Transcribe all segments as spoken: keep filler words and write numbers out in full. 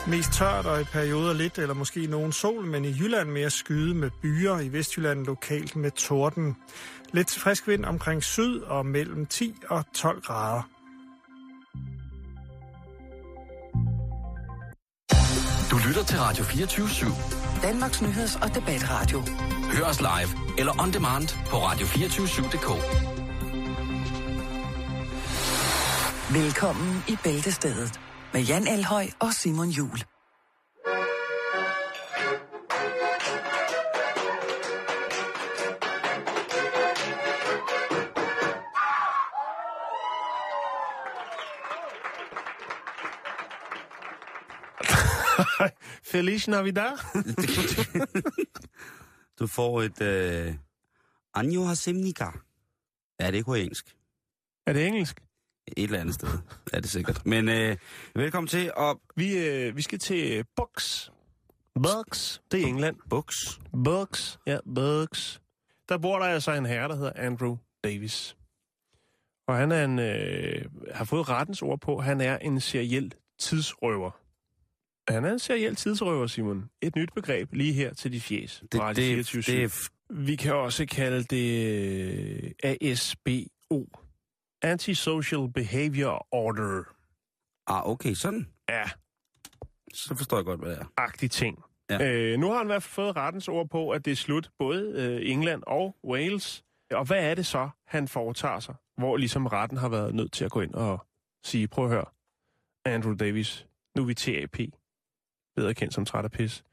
Mest tørt og i perioder lidt eller måske nogen sol, men i Jylland mere skyde med byer, i Vestjylland lokalt med torden. Lidt til frisk vind omkring syd og mellem ti og tolv grader. Du lytter til Radio fireogtyve syv. Danmarks nyheds- og debatradio. Hør os live eller on demand på radio to fire syv punktum d k. Velkommen i Bæltestedet med Jan Elhøj og Simon Juhl. Feliz Navidad. Du får et øh, Año Hasemnika. Ja, det er koreansk. Er det engelsk? Et eller andet sted, er det sikkert. Men øh, velkommen til op. Vi, øh, vi skal til Bucks. Bucks, det er England. Bucks. Bucks, ja, Bucks. Der bor der altså en herre, der hedder Andrew Davis. Og han er en, øh, har fået rettens ord på, han er en seriel tidsrøver. Han er en seriel tidsrøver, Simon. Et nyt begreb lige her til de fjes. Det, det, det, det er... Vi kan også kalde det A S B O. Antisocial Behavior Order. Ah, okay, sådan. Ja. Så forstår jeg godt, hvad det er. Agtig ting. Ja. Øh, nu har han i hvert fald fået rettens ord på, at det er slut både øh, England og Wales. Og hvad er det så, han foretager sig? Hvor ligesom retten har været nødt til at gå ind og sige, prøv at høre, Andrew Davis, nu er vi T A P. Bedre kendt som træt af pis.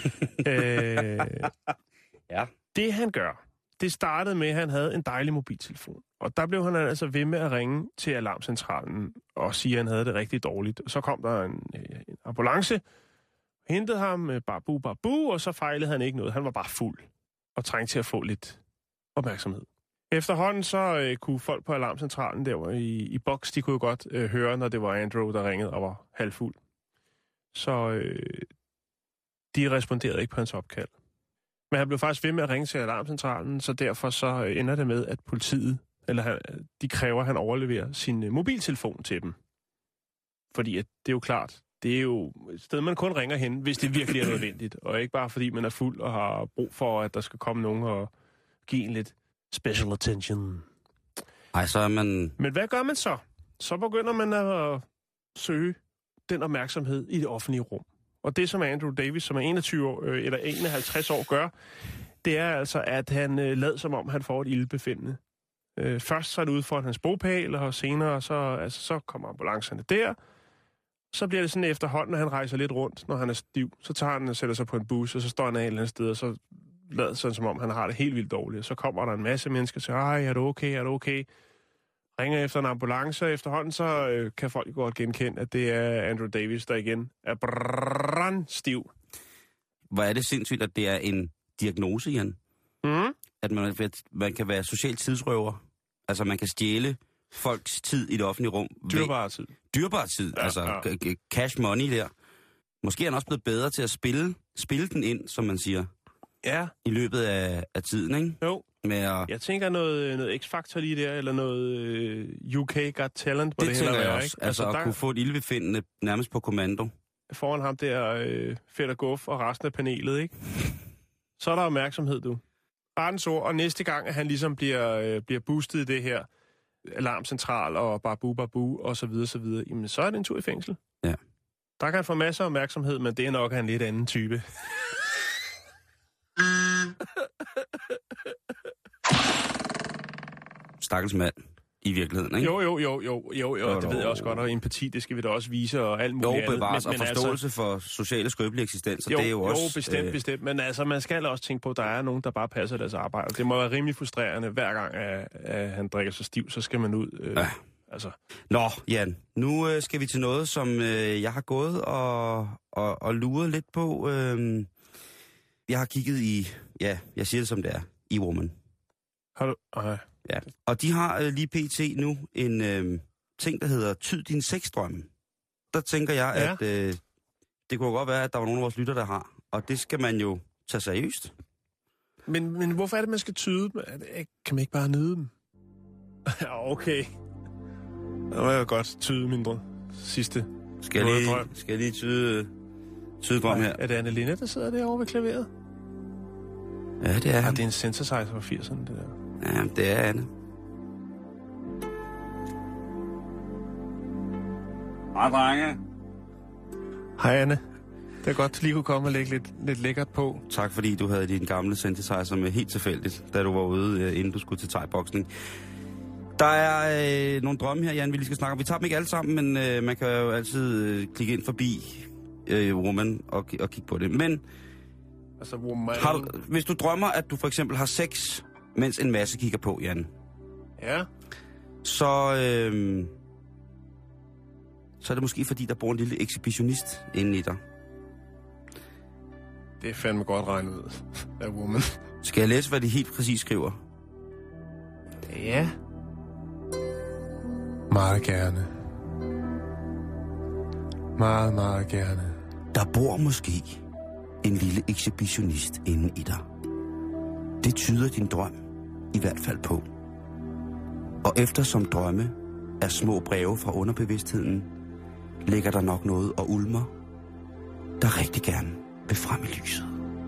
øh, ja. Det han gør, det startede med, at han havde en dejlig mobiltelefon. Og der blev han altså ved med at ringe til alarmcentralen og sige, at han havde det rigtig dårligt. Og så kom der en, en ambulance, hentede ham, babu, babu, og så fejlede han ikke noget. Han var bare fuld og trængte til at få lidt opmærksomhed. Efterhånden så øh, kunne folk på alarmcentralen der i, i boks, de kunne jo godt øh, høre, når det var Andrew, der ringede og var halvfuld. Så øh, de responderede ikke på hans opkald. Men han blev faktisk ved med at ringe til alarmcentralen, så derfor så ender det med, at politiet, eller han, de kræver, at han overleverer sin mobiltelefon til dem. Fordi at det er jo klart, det er jo et sted, man kun ringer hen, hvis det virkelig er nødvendigt. Og ikke bare fordi man er fuld og har brug for, at der skal komme nogen og give en lidt special attention. Ej, så er man... Men hvad gør man så? Så begynder man at søge den opmærksomhed i det offentlige rum. Og det, som Andrew Davis, som er enogtyve år, øh, eller enoghalvtreds år, gør, det er altså, at han øh, lader som om, han får et ildbefindende. Øh, først så er det ude for hans bopæl, og senere så, altså, så kommer ambulancerne der. Så bliver det sådan efterhånden, når han rejser lidt rundt, når han er stiv. Så tager han og sætter sig på en bus, og så står han af et eller andet sted, og så lader sådan som om, han har det helt vildt dårligt. Så kommer der en masse mennesker og siger, ej, er du okay, er du okay? Ringer efter en ambulance, og efterhånden så øh, kan folk godt genkende, at det er Andrew Davis, der igen er brandstiv. Hvor er det sindssygt, at det er en diagnose, Jan? Mm. At man, at man kan være social tidsrøver. Altså, man kan stjæle folks tid i det offentlige rum. Dyrbar tid. Dyrbar tid, ja, altså ja. Cash money der. Måske er han også blevet bedre til at spille, spille den ind, som man siger. Ja. I løbet af, af tiden, ikke? Jo. Med at... Jeg tænker noget, noget X-Factor lige der, eller noget U K Got Talent, hvor det, det tænker heller jeg er, også. ikke? Altså, altså at der... kunne få et ildbefindende nærmest på kommando. Foran ham der, øh, Fætter Guf og resten af panelet, ikke? Så er der opmærksomhed, du. Rettens ord, og næste gang, at han ligesom bliver, øh, bliver boostet i det her alarmcentral og babu, babu, og så videre, så videre, jamen så er det en tur i fængsel. Ja. Der kan han få masser af opmærksomhed, men det er nok en lidt anden type. Stakkels mand, i virkeligheden, ikke? Jo, jo, jo, jo, jo, jo, jo det ved jeg også godt, og empati, det skal vi da også vise, og alt muligt jo, bevares, andet. Men, og forståelse altså... for sociale skrøbelige eksistenser, jo, det er jo, jo også... Jo, bestemt, øh... bestemt, men altså, man skal også tænke på, at der er nogen, der bare passer deres arbejde. Det må være rimelig frustrerende, hver gang, at, at han drikker sig stiv, så skal man ud... Øh, ja. altså. Nå, Jan, nu øh, skal vi til noget, som øh, jeg har gået og, og, og luret lidt på. Øh, jeg har kigget i, ja, jeg siger det som det er, E-Woman. Har du... Okay. Ja, og de har øh, lige pt. Nu en øh, ting, der hedder Tyd din sexdrømme. Der tænker jeg, ja. at øh, det kunne godt være, at der var nogle af vores lytter, der har. Og det skal man jo tage seriøst. Men, men hvorfor er det, man skal tyde dem? Kan man ikke bare nyde dem? Ja, okay. Det var jo godt tyde mindre sidste. Skal jeg lige, skal jeg lige tyde søde drøm her. Er det Anne-Linde, der sidder derovre ved klaveret? Ja, det er Ja, han. det er en synthesizer fra firserne, det der. Ja, det er Anne. Hej, drenge. Hej, Anne. Det er godt, du lige kunne komme og lægge lidt, lidt lækkert på. Tak fordi du havde din gamle synthesizer med helt tilfældigt, da du var ude, øh, inden du skulle til thai-boksning. Der er øh, nogle drømme her, Jan, vi lige skal snakke om. Vi tager dem ikke alle sammen, men øh, man kan jo altid øh, klikke ind forbi øh, Woman og, og kigge på det. Men Altså, woman. har du, hvis du drømmer, at du for eksempel har sex, mens en masse kigger på, Jan, Ja. så, øh, så er det måske fordi, der bor en lille ekshibitionist inde i dig. Det er fandme godt regnet ud af woman. Skal jeg læse, hvad de helt præcis skriver? Ja. Meget gerne. Meget, meget gerne. Der bor måske en lille ekshibitionist inde i dig. Det tyder din drøm i hvert fald på. Og eftersom drømme er små breve fra underbevidstheden, ligger der nok noget og ulmer, der rigtig gerne vil frem i lyset.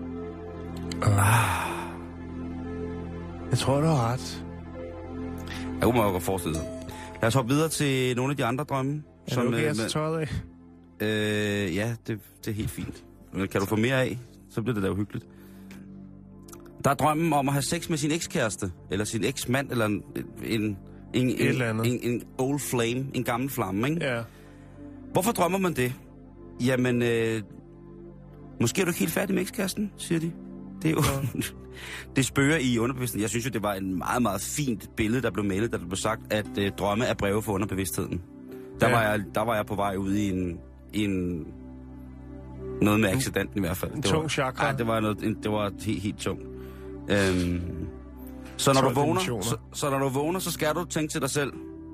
Uh. Jeg tror, du har ret. Jeg kunne godt forestille sig. Lad os hoppe videre til nogle af de andre drømme. Er det okay, jeg tager tøjet af? Øh, ja, det, det er helt fint. Men kan du få mere af, så bliver det da jo hyggeligt. Der er drømmen om at have sex med sin ekskæreste, eller sin eksmand, eller en, en, en, en, en, en old flame, en gammel flamme, ikke? Ja. Hvorfor drømmer man det? Jamen, øh, måske er du ikke helt færdig med ekskæresten, siger de. Det er jo... Ja. Det spørger i underbevidstheden. Jeg synes jo, det var en meget, meget fint billede, der blev malet, da der blev sagt, at øh, drømme er breve for underbevidstheden. Der, ja. var jeg, der var jeg på vej ud i en... I en noget med accidenten i hvert fald. En det tung var, chakra. Nej, det var, noget, det var helt, helt tungt. Øhm, så, når du vågner, så, så når du vågner, så skal du tænke til dig selv,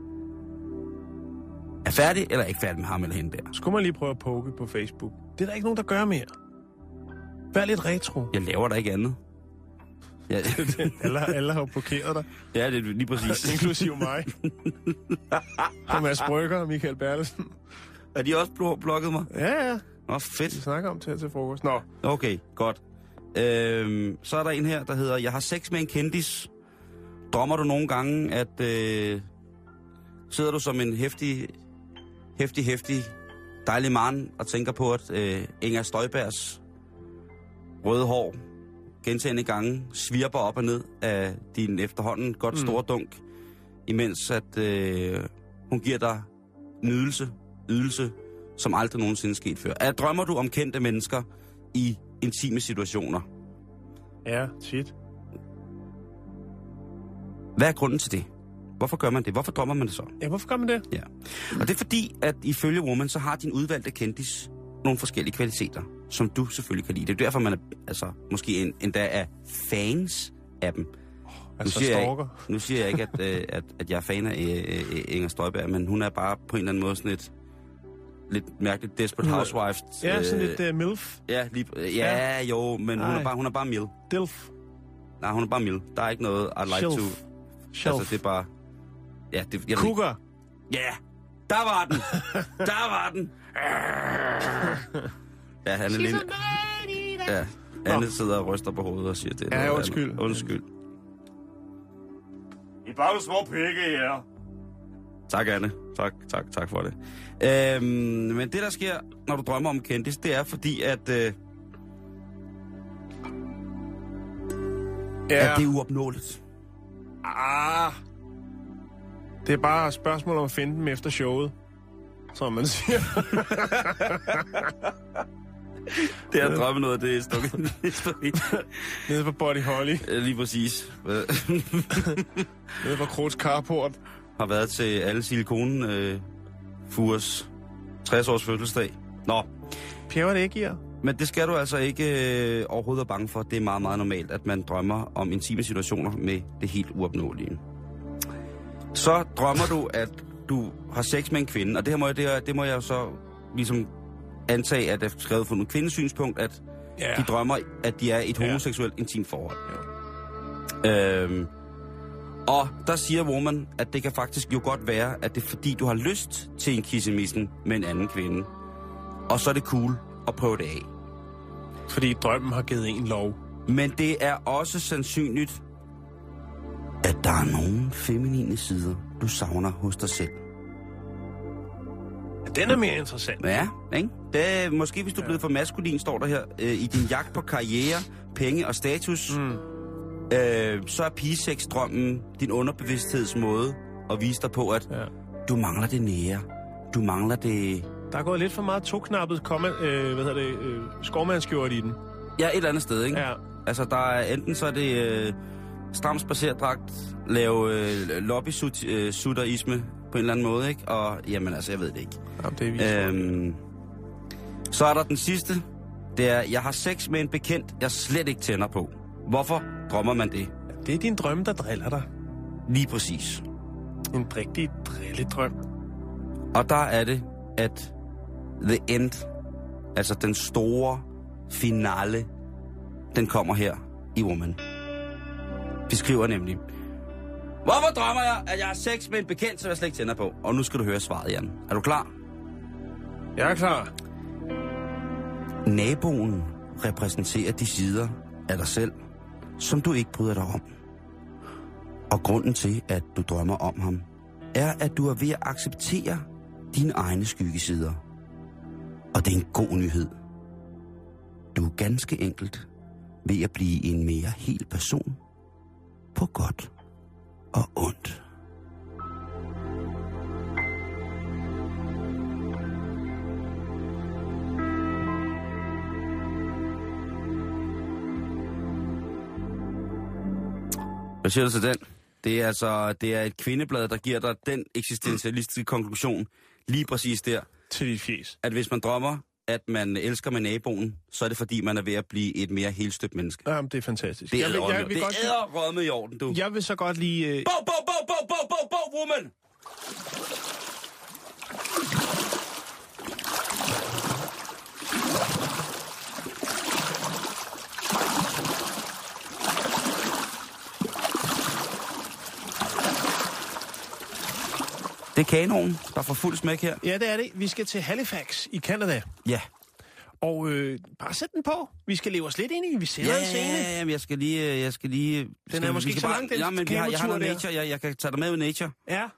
er færdig eller ikke færdig med ham eller hende der? Skulle man lige prøve at poke på Facebook? Det er der ikke nogen, der gør mere. Vær lidt retro. Jeg laver der ikke andet. Ja. alle, alle har jo blokeret dig. Ja, det er lige præcis. Inklusiv mig. Og Mads Brygger og Michael Bertelsen. Er de også blokket mig? Ja, ja. Nå, fedt. Vi snakker om til til frokost. Nå. Okay, godt. Øhm, så er der en her, der hedder, jeg har sex med en kendis. Drømmer du nogle gange, at øh, sidder du som en hæftig, hæftig, hæftig, dejlig mand og tænker på, at øh, Inger Støjbergs røde hår gentagne gange svirper op og ned af din efterhånden godt mm. store dunk, imens at øh, hun giver dig nydelse, ydelse, som aldrig nogensinde sket før. Er, drømmer du om kendte mennesker i intime situationer? Ja, tit. Hvad er grunden til det? Hvorfor gør man det? Hvorfor drømmer man det så? Ja, hvorfor gør man det? Ja. Og det er fordi, at ifølge Woman, så har din udvalgte kendis nogle forskellige kvaliteter, som du selvfølgelig kan lide. Det er derfor, man er, altså, måske en, endda er fans af dem. Oh, altså nu, siger jeg, nu siger jeg ikke, at, øh, at, at jeg er fan af øh, Inger Støjberg, men hun er bare på en eller anden måde sådan et lidt mærkeligt Desperate Housewives. Ja, sådan øh, lidt uh, milf. Ja, lige, øh, ja, jo, men hun er, bare, hun er bare mild. Dilf. Nej, hun er bare mild. Der er ikke noget, I'd like Shelf. to... Shelf. Altså, det er bare... Ja, det, jeg Cougar. Ja, yeah, der var den. Der var den. Ja, han er lille... Ja, Anne sidder og ryster på hovedet og siger det. Ja, undskyld. Anne. Undskyld. I bare nogle små pikke, ja. Tak, Anne. Tak, tak, tak for det. Øhm, men det, der sker, når du drømmer om kendis, det er fordi, at... Øh, ja. At det er uopnåeligt. Ah. Det er bare et spørgsmål om at finde dem efter showet, som man siger. Det er at drømme noget, det er stukket. Nede på Body Holly. Lige præcis. Nede på Krogs Carport. Har været til alle silikon øh, Furs tres års fødselsdag. Nå. Pjæver det ikke i jer? Men det skal du altså ikke øh, overhovedet være bange for. Det er meget, meget normalt, at man drømmer om intime situationer med det helt uopnåelige. Så drømmer du, at du har sex med en kvinde, og det her må jeg, det, det må jeg så ligesom antage, at jeg har skrevet fra en kvindesynspunkt, at yeah. de drømmer, at de er i et homoseksuelt yeah. intimt forhold. Yeah. Øhm, og der siger Woman, at det kan faktisk jo godt være, at det er fordi, du har lyst til en kissemissen med en anden kvinde. Og så er det cool at prøve det af. Fordi drømmen har givet en lov. Men det er også sandsynligt, at der er nogle feminine sider, du savner hos dig selv. Den er mere interessant. Ja, ikke? Det er, måske hvis du er blevet for maskulin, står der her, øh, i din jagt på karriere, penge og status, mm. øh, så er pigeseksdrømmen din underbevidsthedsmåde at vise dig på, at ja. du mangler det nære. Du mangler det... Der er gået lidt for meget toknappet komma, øh, hvad hedder det, øh, skovmandskjort i den. Ja, et eller andet sted, ikke? Ja. Altså, der er enten så er det øh, stram spacerdragt, lave øh, lobbysuterisme øh, på en eller anden måde, ikke? Og jamen altså, jeg ved det ikke. Jamen, det er øhm, så er der den sidste. Det er, jeg har sex med en bekendt, jeg slet ikke tænder på. Hvorfor drømmer man det? Det er din drøm, der driller dig. Lige præcis. En rigtig drilledrøm. Og der er det, at the end, altså den store finale, den kommer her i Woman. Vi skriver nemlig, hvorfor drømmer jeg, at jeg har sex med en bekendt, som jeg slet ikke tænder på? Og nu skal du høre svaret, Jan. Er du klar? Jeg er klar. Naboen repræsenterer de sider af dig selv, som du ikke bryder dig om. Og grunden til, at du drømmer om ham, er, at du er ved at acceptere dine egne skyggesider. Og det er en god nyhed. Du er ganske enkelt ved at blive en mere hel person på godt og ondt. Hvad siger du til den? Det er altså det er et kvindeblad, der giver dig den eksistentialistiske konklusion lige præcis der. Til dit fjes. At hvis man drømmer, at man elsker med naboen, så er det fordi, man er ved at blive et mere helstøbt menneske. Jamen, det er fantastisk. Det er godt... æderrødme i orden, du. Jeg vil så godt lige... Uh... Bog, bog, bog, bog, bog, bog, bog, woman! Det er kanonen, der får fuld smæk her. Ja, det er det. Vi skal til Halifax i Canada. Ja. Og øh, bare sæt den på. Vi skal leve os lidt ind i. Vi sætter ja, en scene. Ja, ja, jeg skal lige... Jeg skal lige den skal, er måske ikke så langt, den ja, men vi har, jeg har noget nature. Jeg, jeg kan tage dig med ud nature. Ja.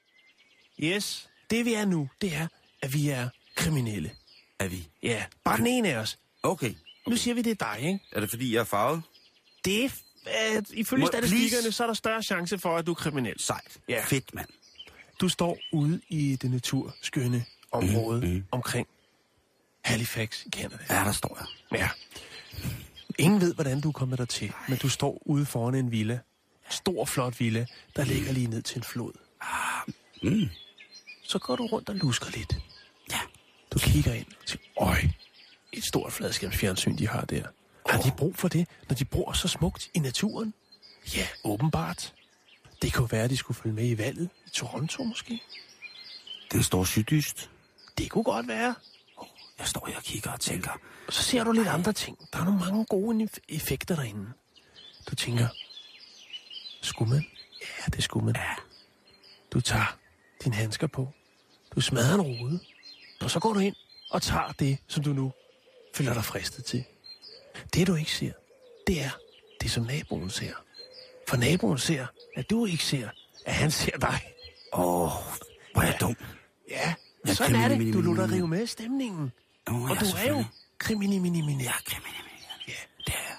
Yes. Det vi er nu, det er, at vi er kriminelle. Er vi? Ja, bare den ene af os. Okay. okay. Nu siger vi, det er dig, ikke? Er det fordi, jeg er farvet? Det er... At, ifølge Må, statistikkerne, please? Så er der større chance for, at du er kriminel. Sejt. Ja. Fedt, mand. Du står ude i det naturskønne område mm, mm. omkring Halifax i Canada. Ja, der står jeg. Ja. Ingen ved, hvordan du er kommet dertil, men du står ude foran en villa. Stor, flot villa, der ligger lige ned til en flod. Mm. Så går du rundt og lusker lidt. Ja. Du kigger ind til, øj, et stort fladskærmsfjernsyn, de har der. Oh. Har de brug for det, når de bor så smukt i naturen? Ja, åbenbart. Det kunne være, at de skulle følge med i valget i Toronto, måske. Den står syddyst. Det kunne godt være. Jeg står her og kigger og tænker. Og så ser du lidt andre ting. Der er nogle mange gode effekter derinde. Du tænker, skulle man? Ja, det skulle man. Ja. Du tager dine handsker på. Du smadrer en rude. Og så går du ind og tager det, som du nu føler dig fristet til. Det, du ikke ser, det er det, som naboen ser. For naboen ser, at du ikke ser, at han ser dig. Åh, oh, hvor er jeg dum. Ja, men sådan er det. Du lader dig rive med stemningen. Oh, og ja, du er jo kriminimini. Ja, kriminimini. Ja, det er.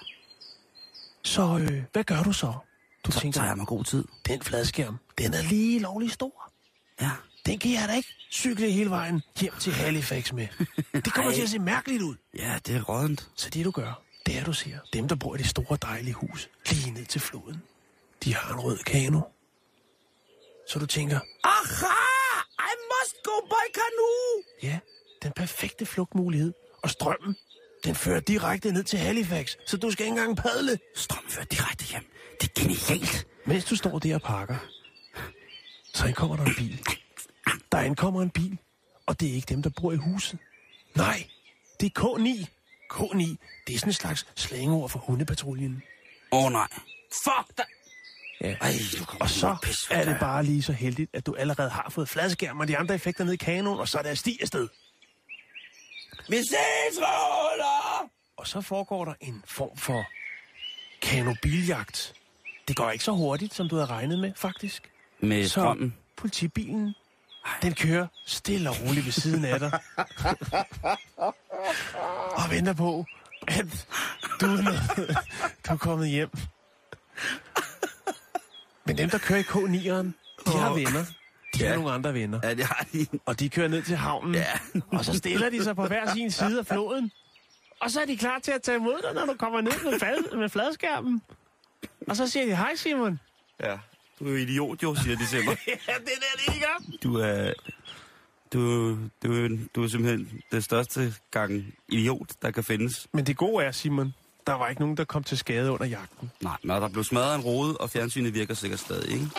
Så øh, hvad gør du så? Du så tænker, tager jeg mig god tid. Den fladskærm, den er lige lovlig stor. Ja. Den kan jeg da ikke cykle hele vejen hjem til Halifax med. Det kommer til at se mærkeligt ud. Ja, det er rådent. Så det du gør, det er, du siger, dem der bor i det store dejlige hus, lige ned til floden, de har en rød kano. Så du tænker, aha, I must go by canoe. Ja, den perfekte flugtmulighed. Og strømmen, den fører direkte ned til Halifax, så du skal ikke engang padle. Strømmen fører direkte hjem. Det er genialt. Mens du står der og pakker, så indkommer der en bil. Der indkommer en bil, og det er ikke dem, der bor i huset. Nej, det er K ni. K ni, det er sådan en slags slængeord for hundepatruljen. Åh oh, nej. Fuck da. Ja. Ej, og så er det bare lige så heldigt, at du allerede har fået fladskærm og de andre effekter ned i kanonen, og så er der sti afsted. Missilstråler! Og så foregår der en form for kanobiljagt. Det går ikke så hurtigt, som du havde regnet med, faktisk. Med så strømmen? Politibilen, den kører stille og roligt ved siden af dig. Og venter på, at du er, noget, du er kommet hjem. Men dem, der kører i K ni'eren, de har venner. De har Ja. nogle andre venner. Ja, det har de. Og de kører ned til havnen, Ja. og så stiller de sig på hver sin side af floden. Og så er de klar til at tage imod dig, når du kommer ned med, fad, med fladskærmen. Og så siger de, hej Simon. Ja. Du er jo idiot, jo, siger de til mig. Ja, det er det, de gør. Du er... Du, du, er- du er simpelthen det største gang idiot, der kan findes. Men det gode er, Simon, der var ikke nogen, der kom til skade under jagten. Nej, men der blev smadret en rode, og fjernsynet virker sikkert stadig, ikke?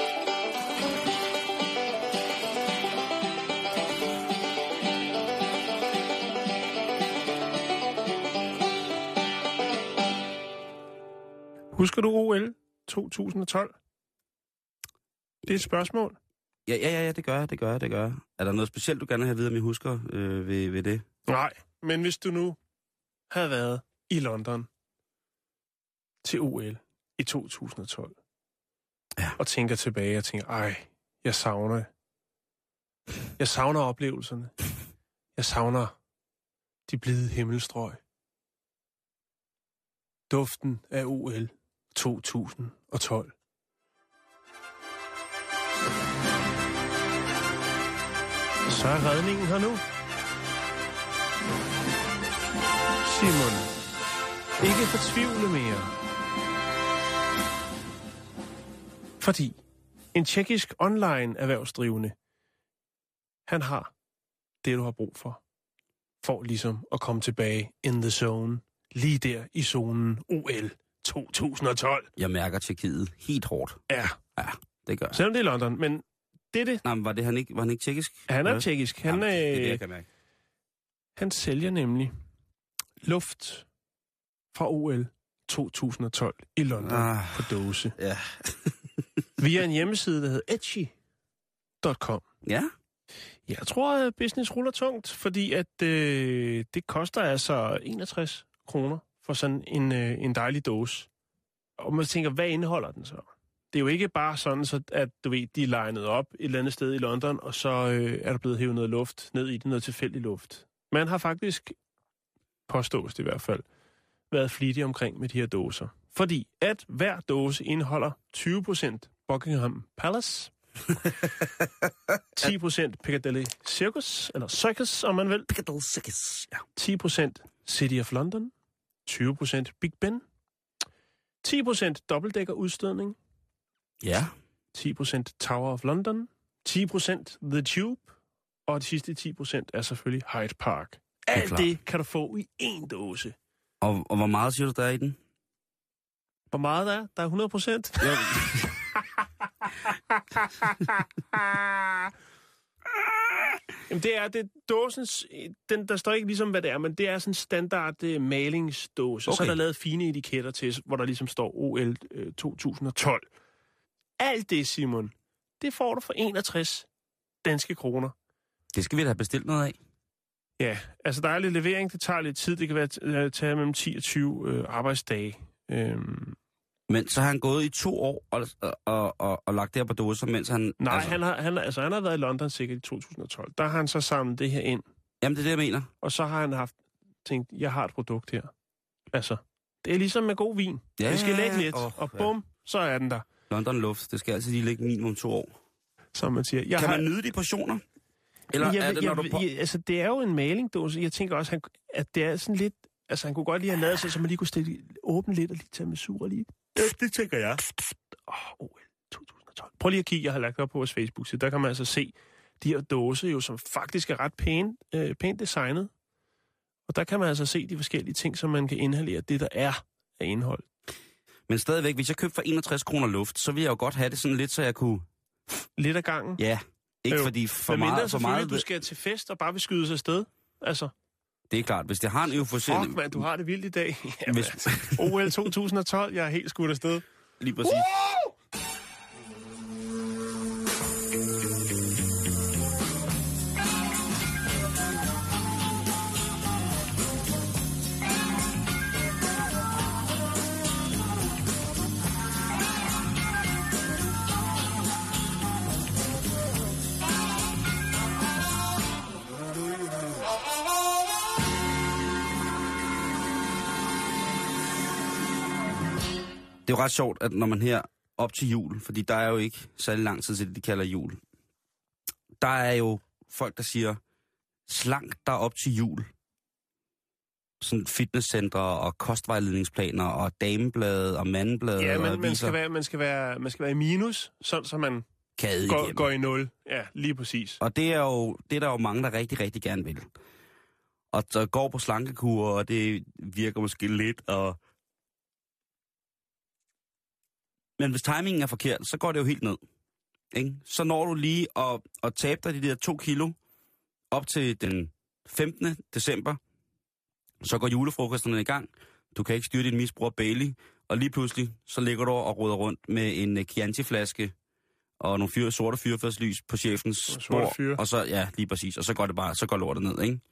Husker du O L to tusind og tolv? Det er et spørgsmål. Ja, ja, ja, ja, det gør jeg, det gør jeg, det gør jeg. Er der noget specielt, du gerne vil have at vide, om jeg husker øh, ved, ved det? Nej, men hvis du nu havde været i London til O L i to tusind og tolv, ja. og tænker tilbage og tænker, ej, jeg savner Jeg savner oplevelserne. Jeg savner de blide himmelstrøg. Duften af O L to tusind og tolv. Så er redningen her nu. Simon, ikke fortvivle mere. Fordi en tjekkisk online erhvervsdrivende, han har det, du har brug for, for ligesom at komme tilbage in the zone, lige der i zonen O L to tusind og tolv. Jeg mærker Tjekkiet helt hårdt. Ja. Ja, det gør jeg. Selvom det er London, men det er det. Nej, men var, det, han ikke, var han ikke tjekkisk? Han er Ja. tjekkisk. Han, Jamen, det er det, øh, jeg kan mærke. han sælger nemlig luft fra O L to tusind og tolv i London Ah. på dåse. Ja. Via en hjemmeside, der hedder edgy punktum com. Ja? Jeg tror, at business ruller tungt, fordi at øh, det koster altså enogtres kroner for sådan en, øh, en dejlig dåse. Og man tænker, hvad indeholder den så? Det er jo ikke bare sådan, så at du ved, de er legnet op et eller andet sted i London, og så øh, er der blevet hævet noget luft ned i det, noget tilfældig luft. Man har faktisk, påstås det i hvert fald, været flittig omkring med de her dåser. Fordi at hver dåse indeholder tyve procent Buckingham Palace, ti procent Piccadilly Circus, eller Circus, om man vil. Piccadilly Circus, ja. ti procent City of London, tyve procent Big Ben, ti procent dobbeltdækkerudstødning, Ja. ti procent Tower of London, ti procent The Tube, og de sidste ti procent er selvfølgelig Hyde Park. Alt klart. det kan du få i én dåse. Og, og hvor meget siger du, der er i den? Hvor meget der er? Der er hundrede procent. Ja. Jamen det er det dåsens, den, der står ikke ligesom, hvad det er, men det er sådan en standard uh, malingsdåse. Okay. Så er der lavet fine etiketter til, hvor der ligesom står O L uh, to tusind og tolv. Alt det, Simon, det får du for enogtres danske kroner. Det skal vi da have bestilt noget af. Ja, altså der er lidt levering, det tager lidt tid. Det kan være uh, tage mellem ti og tyve uh, arbejdsdage. Um, Men så har han gået i to år og, og, og, og lagt det her på dåser, mens han... nej, altså, han, har, han, altså, han har været i London sikkert i to tusind og tolv. Der har han så samlet det her ind. Jamen, det er det, jeg mener. Og så har han haft tænkt, jeg har et produkt her. Altså, det er ligesom med god vin. Ja, det skal lægge lidt, oh, og bum, så er den der. London Luft, det skal altid lige ligge minimum to år. Som man siger. Jeg Kan har, man nyde de portioner? Eller jeg, er det, jeg, når du... På... jeg, altså, det er jo en malingdåse. Jeg tænker også, han, at det er sådan lidt... Altså, han kunne godt lige have lavet sig, så man lige kunne stille, åbne lidt og lige tage med sur lige. Ja, det tænker jeg. Åh, oh, O L to tusind og tolv. Prøv lige at kigge, jeg har lagt op på vores Facebook, så der kan man altså se de her dåser jo, som faktisk er ret pænt, øh, pænt designet. Og der kan man altså se de forskellige ting, som man kan inhalere, det der er af indhold. Men stadigvæk, hvis jeg købte for enogtres kroner luft, så ville jeg jo godt have det sådan lidt, så jeg kunne... Lidt af gangen. Ja, ikke Jo. fordi for Men mindre meget... For meget du skal til fest og bare vil skyde sig afsted. Altså, det er klart, hvis det har en euforiserende... fuck, man, du har det vildt i dag. Jamen, Hvis- altså, O L to tusind og tolv, jeg er helt skudt afsted. Lige præcis. Det er jo ret sjovt, at når man her op til jul, fordi der er jo ikke særlig lang tid til det, de kalder jul, der er jo folk, der siger, slank der op til jul. Sådan fitnesscentre og kostvejledningsplaner og dameblade og mandeblade. Ja, men og man skal, være, man, skal være, man skal være i minus, sådan så man går, går i nul. Ja, lige præcis. Og det er jo det er der jo mange, der rigtig, rigtig gerne vil. Og så går på slankekur, og det virker måske lidt, og... Men hvis timingen er forkert, så går det jo helt ned. Ikke? Så når du lige at, at tabe dig de der to kilo op til den femtende december, så går julefrokosterne i gang. Du kan ikke styre din misbrug af Bailey, og lige pludselig, så ligger du og roder rundt med en uh, Chianti-flaske og nogle fyre, sorte fyrfærdslys på chefens bord. Og så, ja, lige præcis. Og så går det bare, så går lortet ned, ikke?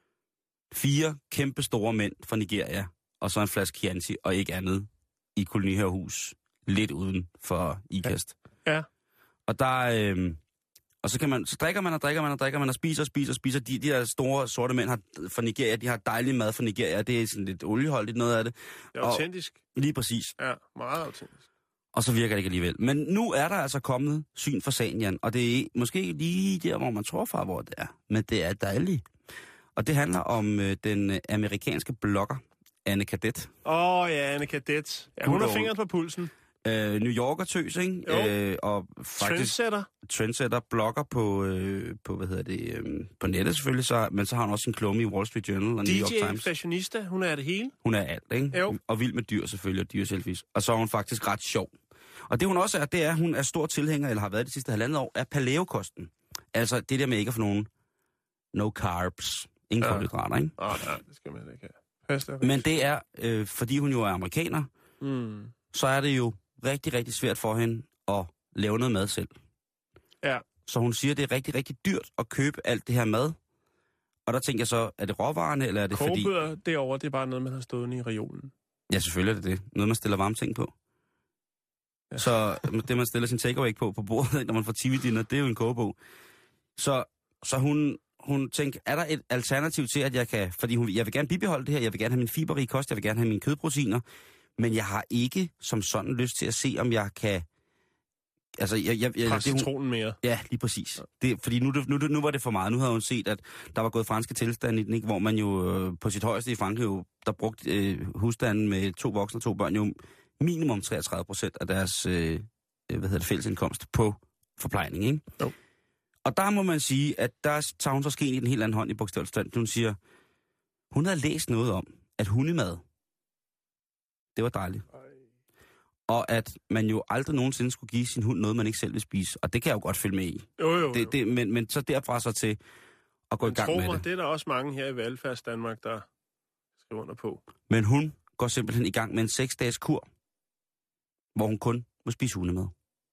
Fire kæmpe store mænd fra Nigeria, og så en flaske Chianti, og ikke andet i kolonihavehus. Lidt uden for ikast. Ja. ja. Og der øh, og så kan man, så drikker man og drikker man og drikker man og spiser og spiser og spiser. De, de her store sorte mænd har, fra Nigeria, de har dejlig mad fra Nigeria. Det er sådan lidt olieholdigt noget af det. Det er autentisk. Og, lige præcis. Ja, meget autentisk. Og så virker det ikke alligevel. Men nu er der altså kommet syn for sagen, Jan. Og det er måske lige der, hvor man tror fra, hvor det er. Men det er dejligt. Og det handler om øh, den amerikanske blogger, Anne Cadet. Åh oh, ja, Anne Cadet. Ja, hun har fingeren på pulsen. Øh, New Yorker tøs, ikke? Øh, og faktisk trendsetter. Trendsetter, blogger på, øh, på, hvad hedder det, øh, på nettet selvfølgelig, så, men så har hun også en klumme i Wall Street Journal og New York Times. D J, fashionista, hun er det hele. Hun er alt, ikke? Jo. Og vild med dyr selvfølgelig, og dyreselfies. Og så er hun faktisk ret sjov. Og det hun også er, det er, at hun er stor tilhænger, eller har været det sidste halvandet år, af paleokosten. Altså det der med ikke at få nogen no carbs, ingen ja. kulhydrater, ikke? Åh, oh, nej, det skal man ikke have. Men det er, øh, fordi hun jo er amerikaner, mm. så er det jo rigtig, rigtig svært for hende at lave noget mad selv. Ja. Så hun siger, at det er rigtig, rigtig dyrt at købe alt det her mad. Og der tænker jeg så, er det råvarerne, eller er det fordi... Kogebøger derovre, det er bare noget, man har stående i reolen. Ja, selvfølgelig er det det. Noget, man stiller varme ting på. Ja. Så det, man stiller sin takeaway på på bordet, når man får T V-dinner, det er jo en kogebog. Så, så hun, hun tænker, er der et alternativ til, at jeg kan... Fordi hun, jeg vil gerne bibeholde det her, jeg vil gerne have min fiberrige kost, jeg vil gerne have mine kødproteiner, men jeg har ikke som sådan lyst til at se, om jeg kan... Altså, jeg, jeg, jeg, Pres citronen mere. Ja, lige præcis. Ja. Det, fordi nu, nu, nu var det for meget. Nu havde hun set, at der var gået franske tilstande i den, ikke? Hvor man jo øh, på sit højeste i Frankrig, jo, der brugte øh, husstanden med to voksne og to børn, jo minimum treogtredive procent af deres øh, hvad hedder det, fællesindkomst på forplejning, ikke? Jo. Og der må man sige, at der tager hun så skeen i den helt anden hånd i bogstavelstand. Hun siger, hun havde læst noget om, at hundemad, det var dejligt. Og at man jo aldrig nogensinde skulle give sin hund noget, man ikke selv vil spise. Og det kan jeg jo godt følge med i. Jo, jo, jo. Det, det, men, men så derfra så til at gå men i gang med mig, det. det er der også mange her i Velfærds Danmark, der skriver under på. Men hun går simpelthen i gang med en seks dages kur, hvor hun kun må spise hundemad.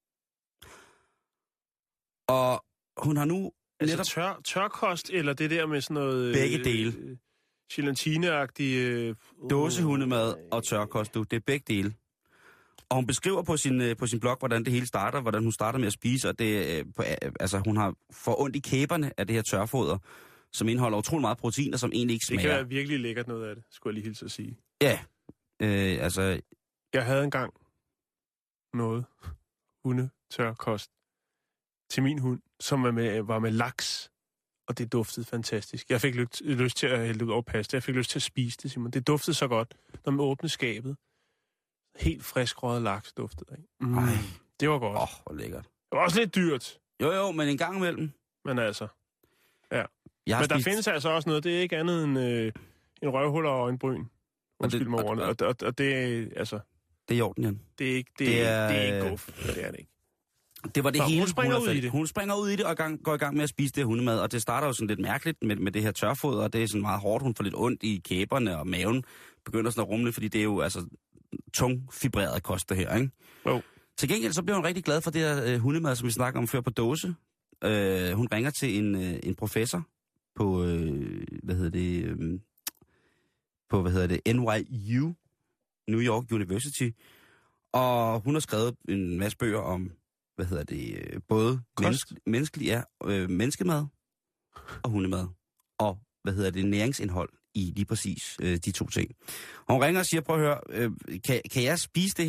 Og hun har nu... Altså netop... tør, tørkost, eller det der med sådan noget... Begge dele. Øh, Gelatine-agtig... Øh, Dåsehundemad og tørkost, du. Det er begge dele. Og hun beskriver på sin, på sin blog, hvordan det hele starter, hvordan hun starter med at spise, og det, på, altså, hun har for ondt i kæberne af det her tørfoder, som indeholder utrolig meget protein, og som egentlig ikke smager. Det kan være virkelig lækkert noget af det, skulle jeg lige hilse at sige. Ja, øh, altså... Jeg havde engang noget hundetørkost til min hund, som var med, var med laks, og det duftede fantastisk. Jeg fik lyst, lyst til at hælde ud over pasta, jeg fik lyst til at spise det, Simon. Det duftede så godt, når man åbnede skabet. Helt frisk røget laks duftede, ikke? Mm. Ej. Det var godt. Åh, oh, hvor lækkert. Det var også lidt dyrt. Jo, jo, men en gang imellem. Men altså, ja. Jeg men spist... der findes altså også noget, det er ikke andet end øh, en røvhuller og en bryn. Undskyld mig ordene. Og, og, og det er, altså... Det er i orden, Jan. Det er ikke, det, det er, det er ikke guf. Det er det ikke. Det var det så hele, hun springer hun ud i det. Hun springer ud i det og gang, går i gang med at spise det hundemad, og det starter jo sådan lidt mærkeligt med, med det her tørfoder, og det er sådan meget hårdt. Hun får lidt ondt i kæberne, og maven begynder sådan at rumle, fordi det er jo altså tung, fibreret kost, det her, ikke? Jo. Til gengæld så bliver hun rigtig glad for det her øh, hundemad, som vi snakker om før på dåse. Øh, hun ringer til en, øh, en professor på, øh, hvad hedder det, øh, på, hvad hedder det, N Y U, New York University, og hun har skrevet en masse bøger om, hvad hedder det, både menneske, menneskelig, ja, øh, menneskemad og hundemad, og, hvad hedder det, næringsindhold i lige præcis øh, de to ting. Og hun ringer og siger, prøv at høre, øh, kan, kan jeg spise det her?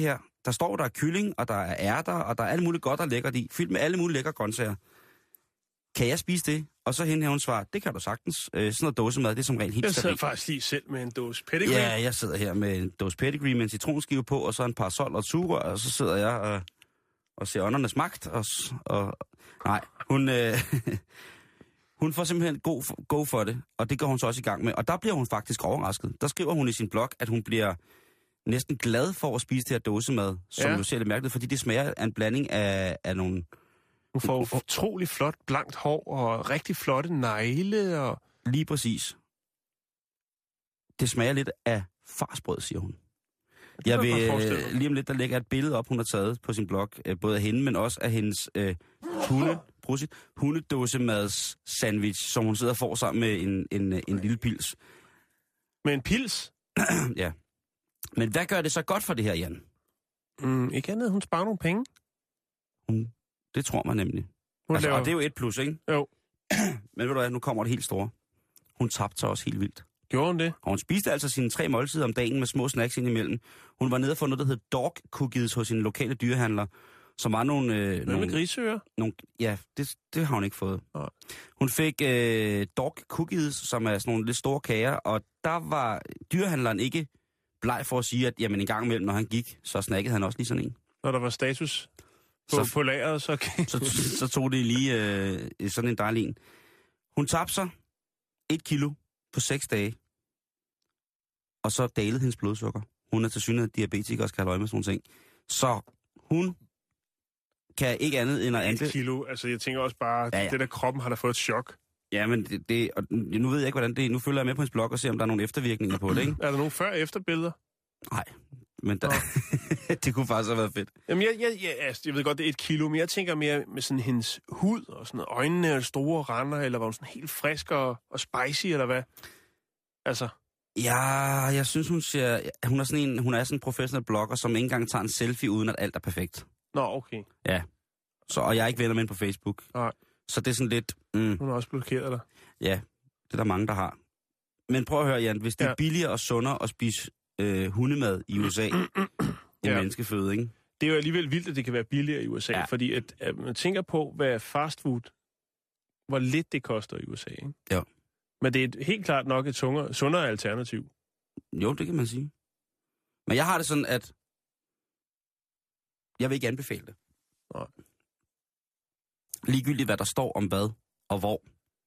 der står, der er kylling, og der er ærter, og der er alt muligt godt og lækkert i. Fyldt med alle mulige lækre grøntsager. Kan jeg spise det? Og så hende her, hun svarer, det kan du sagtens. Øh, sådan noget dåsemad, det er som regel helt Jeg sidder stabilt. faktisk lige selv med en dåse pedigree. Ja, jeg sidder her med en dåse pedigree med en citronskive på, og så en parasol og et sugerør, og så sidder jeg og, og ser åndernes magt. Og, og, nej, hun, øh, hun får simpelthen go, go for det, og det går hun så også i gang med. Og der bliver hun faktisk overrasket. Der skriver hun i sin blog, at hun bliver næsten glad for at spise det her dåsemad, som ja. du ser lidt mærkeligt, fordi det smager af en blanding af, af nogle... Hun får utrolig flot, blankt hår og rigtig flotte negle. Og... Lige præcis. Det smager lidt af farsbrød, siger hun. Jeg vil øh, lige om lidt, der lægger et billede op, hun har taget på sin blog, øh, både af hende, men også af hendes øh, hunde, brusit, hundedåsemads sandwich, som hun sidder og får sammen med en, en, en lille pils. Med en pils? Ja. Men hvad gør det så godt for det her, Jan? Mm, ikke andet, hun sparer nogle penge. Hun, det tror man nemlig. Altså, laver... Og det er jo et plus, ikke? Jo. Men ved du hvad, nu kommer det helt store. Hun tabte sig også helt vildt. Gjorde hun det? Og hun spiste altså sine tre måltider om dagen med små snacks ind imellem. Hun var nede og få noget, der hed dog cookies hos sine lokale dyrehandler, som var nogle... Øh, Hvad nogle med griseører? Nogle, ja, det, det har hun ikke fået. Nej. Hun fik øh, dog cookies, som er sådan nogle lidt store kager, og der var dyrehandleren ikke bleg for at sige, at jamen, en gang imellem, når han gik, så snakkede han også lige sådan en. Når der var status på, så, på lageret, så... Okay. så... Så tog det lige øh, sådan en dejlig en. Hun tabte sig et kilo på seks dage. Og så dalede hendes blodsukker. Hun er til synligheden diabetiker og skal have øje med sådan nogle ting. Så hun kan ikke andet end at Et anbefale... kilo, altså jeg tænker også bare, Ja, ja. det der kroppen har da fået et chok. Ja, men det, det, og nu ved jeg ikke, hvordan det er. Nu følger jeg med på hendes blog og ser, om der er nogle eftervirkninger på det, ikke? Er der nogle før- og efterbilleder? Nej, men der, det kunne faktisk have været fedt. Jamen, jeg, jeg, jeg, altså, jeg ved godt, det er et kilo, men jeg tænker mere med sådan hendes hud, og sådan øjnene og store render, eller var hun sådan helt frisk og, og spicy, eller hvad? Altså... Ja, jeg synes, hun ser... Hun er sådan en, hun er sådan en professionel blogger, som ikke engang tager en selfie, uden at alt er perfekt. Nå, okay. Ja. Så, og jeg er ikke venner med hende på Facebook. Nej. Så det er sådan lidt... Mm, Hun har også blokeret dig. ja, det er der mange, der har. Men prøv at høre, Jan. Hvis det ja. er billigere og sundere at spise øh, hundemad i U S A end Ja. menneskeføde, ikke? Det er jo alligevel vildt, at det kan være billigere i U S A, Ja. ja. fordi at, at man tænker på, hvad fastfood, hvor lidt det koster i U S A, ikke? Ja. Men det er et, helt klart nok et tungere, sundere alternativ. Jo, det kan man sige. Men jeg har det sådan, at jeg vil ikke anbefale det. Nej. Ligegyldigt, hvad der står om hvad og hvor,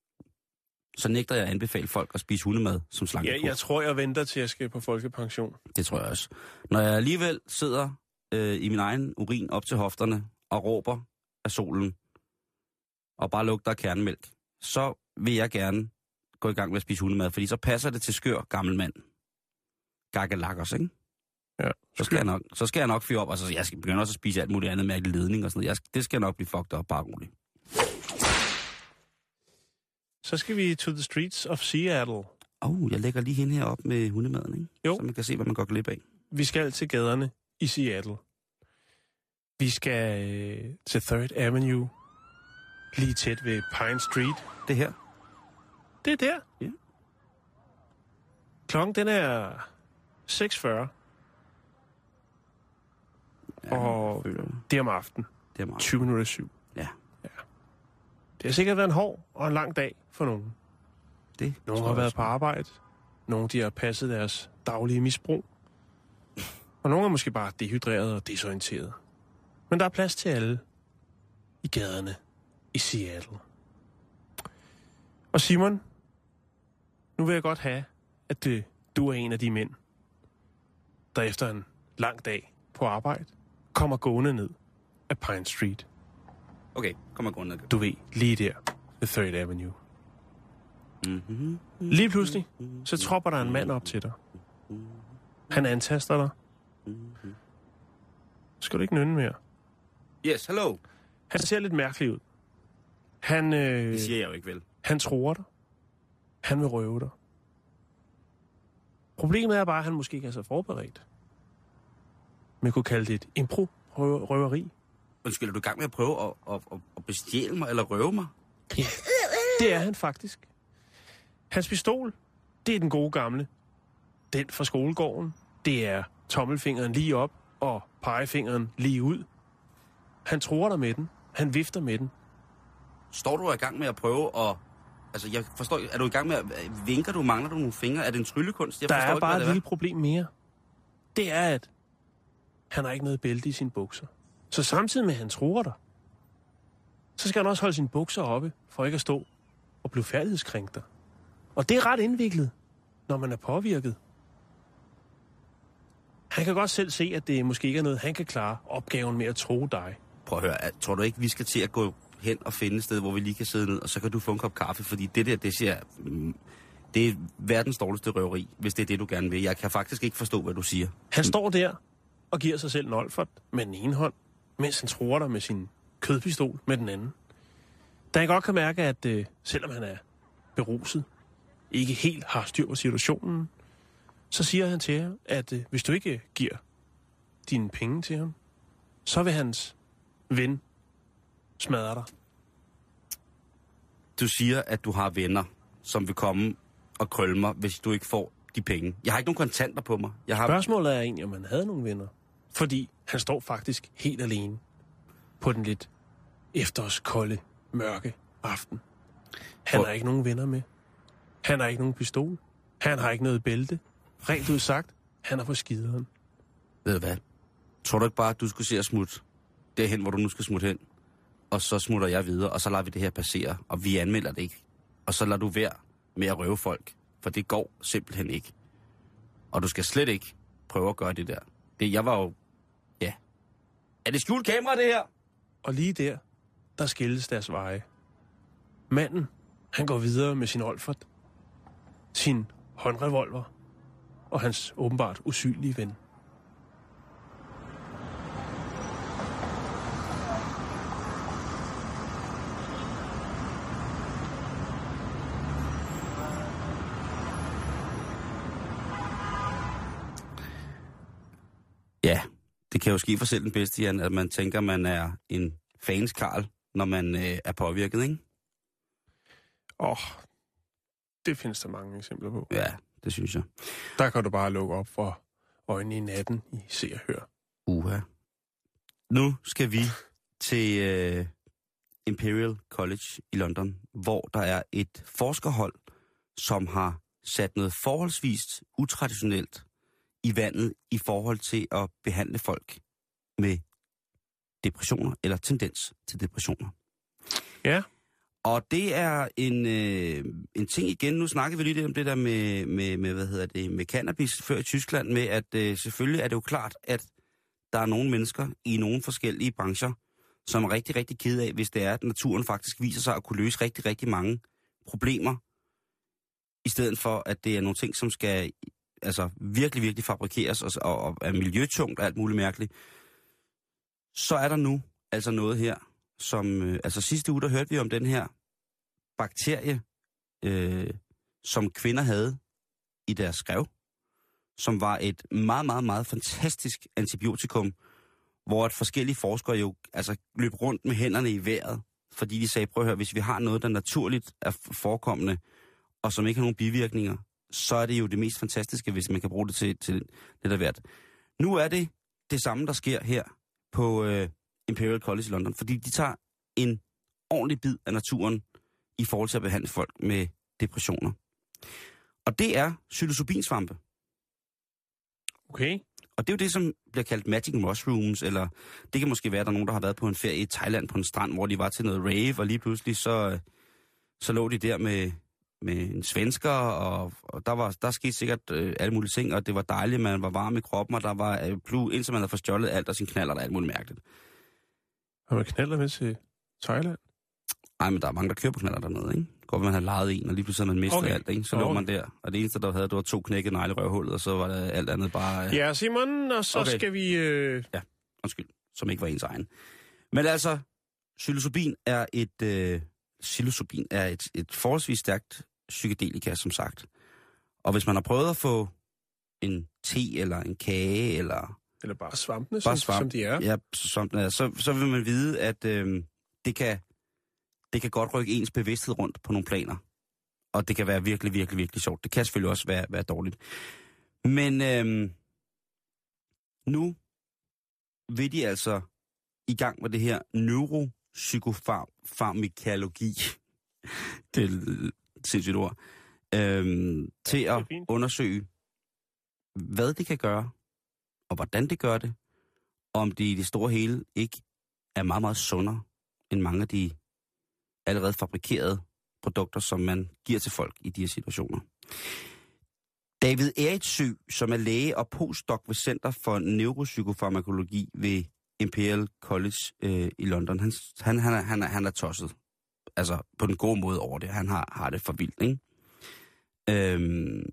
så nægter jeg at anbefale folk at spise hundemad som Ja, slankekur. jeg tror, jeg venter til, at jeg skal på folkepension. Det tror jeg også. Når jeg alligevel sidder øh, i min egen urin op til hofterne og råber af solen og bare lugter af kernemælk, så vil jeg gerne gå i gang med at spise hundemad, fordi så passer det til skør gammel mand. Gakkelakkers, ikke? Ja. Så skal, jeg nok, så skal jeg nok fyre op, og så jeg skal begynde også at spise alt muligt andet mærkelig ledning og sådan noget. Jeg, det skal nok blive fucked op, bare roligt. Så skal vi to the streets of Seattle. Åh, oh, jeg lægger lige hende her op med hundemaden, ikke? Jo. Så man kan se, hvad man går glip af. Vi skal til gaderne i Seattle. Vi skal øh, til Third Avenue, lige tæt ved Pine Street. Det her? Det er der. Ja. Klokken, den er seks fyrre. Ja, Og føler det. det er om aftenen. Det er meget. tyve minutter syv. Ja, Det har sikkert været en hård og en lang dag for nogen. det Nogle tror har jeg været også. på arbejde. Nogle de har passet deres daglige misbrug. Og nogle er måske bare dehydreret og desorienteret. Men der er plads til alle i gaderne i Seattle. Og Simon, nu vil jeg godt have, at det, du er en af de mænd, der efter en lang dag på arbejde, kommer gående ned af Pine Street. Okay, kom og gå ned. Du ved, lige der ved Third Avenue. Mm-hmm. Lige pludselig, så tropper der en mand op til dig. Han antaster dig. Skal du ikke nynne mere? Yes, hello. Han ser lidt mærkelig ud. Han, øh, Det siger jeg jo ikke vel. han tror dig. Han vil røve dig. Problemet er bare, at han måske ikke er så forberedt. Man kunne kalde det et impro-røveri. Undskyld, er du i gang med at prøve at, at, at, at bestjæle mig eller røve mig? Ja, det er han faktisk. Hans pistol, det er den gode gamle. Den fra skolegården. Det er tommelfingeren lige op og pegefingeren lige ud. Han tror dig med den. Han vifter med den. Står du i gang med at prøve at... Altså, jeg forstår... Er du i gang med at... Vinker du? Mangler du nogle fingre? Er det en tryllekunst? Jeg Der forstår er ikke, bare hvad et det er. lille problem mere. Det er, at han har ikke noget bælte i sine bukser. Så samtidig med, at han tror dig, så skal han også holde sine bukser oppe, for ikke at stå og blive færdighedskrænkt. Og det er ret indviklet, når man er påvirket. Han kan godt selv se, at det måske ikke er noget, han kan klare opgaven med at tro dig. Prøv at høre, tror du ikke, vi skal til at gå hen og finde et sted, hvor vi lige kan sidde ned, og så kan du få en kop kaffe, fordi det der, det siger... Det er verdens dårligste røveri, hvis det er det, du gerne vil. Jeg kan faktisk ikke forstå, hvad du siger. Han står der og giver sig selv en olfert med den ene hånd, mens han tror dig med sin kødpistol med den anden. Da jeg godt kan mærke, at øh, selvom han er beruset, ikke helt har styr på situationen, så siger han til jer, at øh, hvis du ikke giver dine penge til ham, så vil hans ven smadre dig. Du siger, at du har venner, som vil komme og krølle mig, hvis du ikke får de penge. Jeg har ikke nogen kontanter på mig. Jeg har... Spørgsmålet er egentlig, om han havde nogle venner. Fordi han står faktisk helt alene på den lidt efterårskolde, mørke aften. Han Hvor... har ikke nogen venner med. Han har ikke nogen pistol. Han har ikke noget bælte. Rent ud sagt, han er på skideren. Ved du hvad? Tror du ikke bare, at du skulle se at smutte derhen, hvor du nu skal smutte hen? Og så smutter jeg videre, og så lader vi det her passere, og vi anmelder det ikke. Og så lader du være med at røve folk, for det går simpelthen ikke. Og du skal slet ikke prøve at gøre det der. Det, jeg var jo... Ja. Er det skjult kamera, det her? Og lige der, der skilles deres veje. Manden, han går videre med sin olfert, sin håndrevolver og hans åbenbart usynlige ven. Ja, det kan jo ske for selv den bedste, Jan, at man tænker, man er en fans Karl, når man øh, er påvirket, ikke? Åh, oh, det findes der mange eksempler på. Ja, det synes jeg. Der kan du bare lukke op for øjnene i natten i Se og Hør. Uha. Nu skal vi til øh, Imperial College i London, hvor der er et forskerhold, som har sat noget forholdsvis utraditionelt i vandet i forhold til at behandle folk med depressioner eller tendens til depressioner. Ja. Og det er en, øh, en ting igen, nu snakker vi lidt om det der med, med, med, hvad hedder det, med cannabis før i Tyskland, med at øh, selvfølgelig er det jo klart, at der er nogle mennesker i nogle forskellige brancher, som er rigtig, rigtig ked af, hvis det er, at naturen faktisk viser sig at kunne løse rigtig, rigtig mange problemer, i stedet for, at det er nogle ting, som skal altså virkelig, virkelig fabrikeres og, og, og er miljøtungt og alt muligt mærkeligt. Så er der nu altså noget her, som... Øh, altså sidste uge, der hørte vi om den her bakterie, øh, som kvinder havde i deres skrev, som var et meget, meget, meget fantastisk antibiotikum, hvor et forskellige forskere jo altså løb rundt med hænderne i vejret, fordi de sagde, prøv at høre, hvis vi har noget, der naturligt er forekommende, og som ikke har nogen bivirkninger, så er det jo det mest fantastiske, hvis man kan bruge det til, til lidt af hvert. Nu er det det samme, der sker her på øh, Imperial College i London, fordi de tager en ordentlig bid af naturen i forhold til at behandle folk med depressioner. Og det er psilocybinsvampe. Okay. Og det er jo det, som bliver kaldt magic mushrooms, eller det kan måske være, at der er nogen, der har været på en ferie i Thailand på en strand, hvor de var til noget rave, og lige pludselig så, så lå de der med, med en svensker, og, og der, var, der skete sikkert øh, alle mulige ting, og det var dejligt, man var varm i kroppen, og der var øh, blod, indtil man havde forstjålet alt af sin knaller, der er alt muligt mærkeligt. Har man knaller med til Thailand? Nej, men der er mange, der kører på knaller dernede, ikke? Godt, man har lejet en, og lige pludselig man mistet okay. alt, ikke? Så okay. lå man der, og det eneste, der havde, det var to knækkede negle i røvhullet, og så var det alt andet bare... Øh... Ja, Simon, og så okay. skal vi... Øh... Ja, undskyld, som ikke var ens egen. Men altså, psilocybin er et... Øh... Psilocybin er et, et forholdsvis stærkt psykedelika, som sagt. Og hvis man har prøvet at få en te, eller en kage, eller... Eller bare svampene, bare som, svamp. som de er. Ja, svampene er. Så, så vil man vide, at øh, det kan... Det kan godt rykke ens bevidsthed rundt på nogle planer. Og det kan være virkelig, virkelig, virkelig sjovt. Det kan selvfølgelig også være, være dårligt. Men øhm, nu vil de altså i gang med det her neuropsykofarmakologi. Det er et sindssygt ord. Øhm, til at undersøge, hvad det kan gøre, og hvordan det gør det, og om det i det store hele ikke er meget, meget sundere end mange af de allerede fabrikerede produkter, som man giver til folk i de her situationer. David Eritsø, som er læge og postdoc ved Center for Neuropsykofarmakologi ved Imperial College øh, i London, han, han, han, er, han, er, han er tosset. Altså på den gode måde over det. Han har, har det for vildt, ikke? Øhm,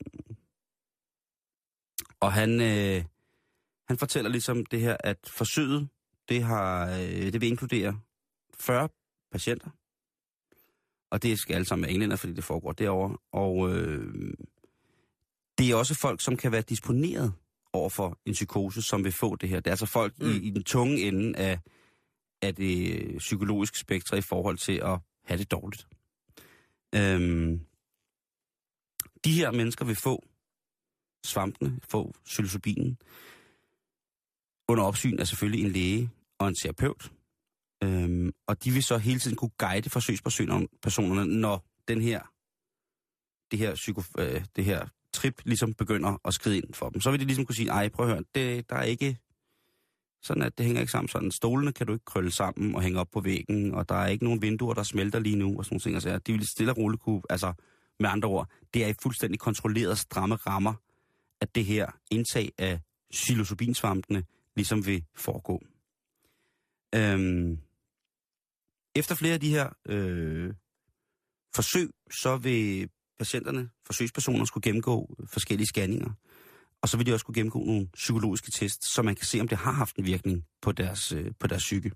og han, øh, han fortæller ligesom det her, at forsøget, det, har, øh, det vil inkludere fyrre patienter. Og det skal alle sammen være englænder, fordi det foregår derovre. Og øh, det er også folk, som kan være disponeret over for en psykose, som vil få det her. Det er altså folk mm. i, i den tunge ende af, af det psykologiske spektre i forhold til at have det dårligt. Øhm, de her mennesker vil få svampene, få psilocybinen, under opsyn af selvfølgelig en læge og en terapeut. Øhm, og de vil så hele tiden kunne guide forsøgspersonerne, når den her, det her, psyko, øh, det her trip ligesom begynder at skride ind for dem. Så vil de ligesom kunne sige, ej, prøv at høre, det, der er ikke sådan, at det hænger ikke sammen sådan. Stolene kan du ikke krølle sammen og hænge op på væggen, og der er ikke nogen vinduer, der smelter lige nu, og sådan nogle ting. Altså, de vil stille og roligt kunne, altså med andre ord, det er i fuldstændig kontrolleret stramme rammer, at det her indtag af psilocybinsvampene ligesom vil foregå. Øhm, efter flere af de her øh, forsøg, så vil patienterne, forsøgspersoner, skulle gennemgå forskellige scanninger. Og så vil de også kunne gennemgå nogle psykologiske tests, så man kan se, om det har haft en virkning på deres, øh, på deres psyke.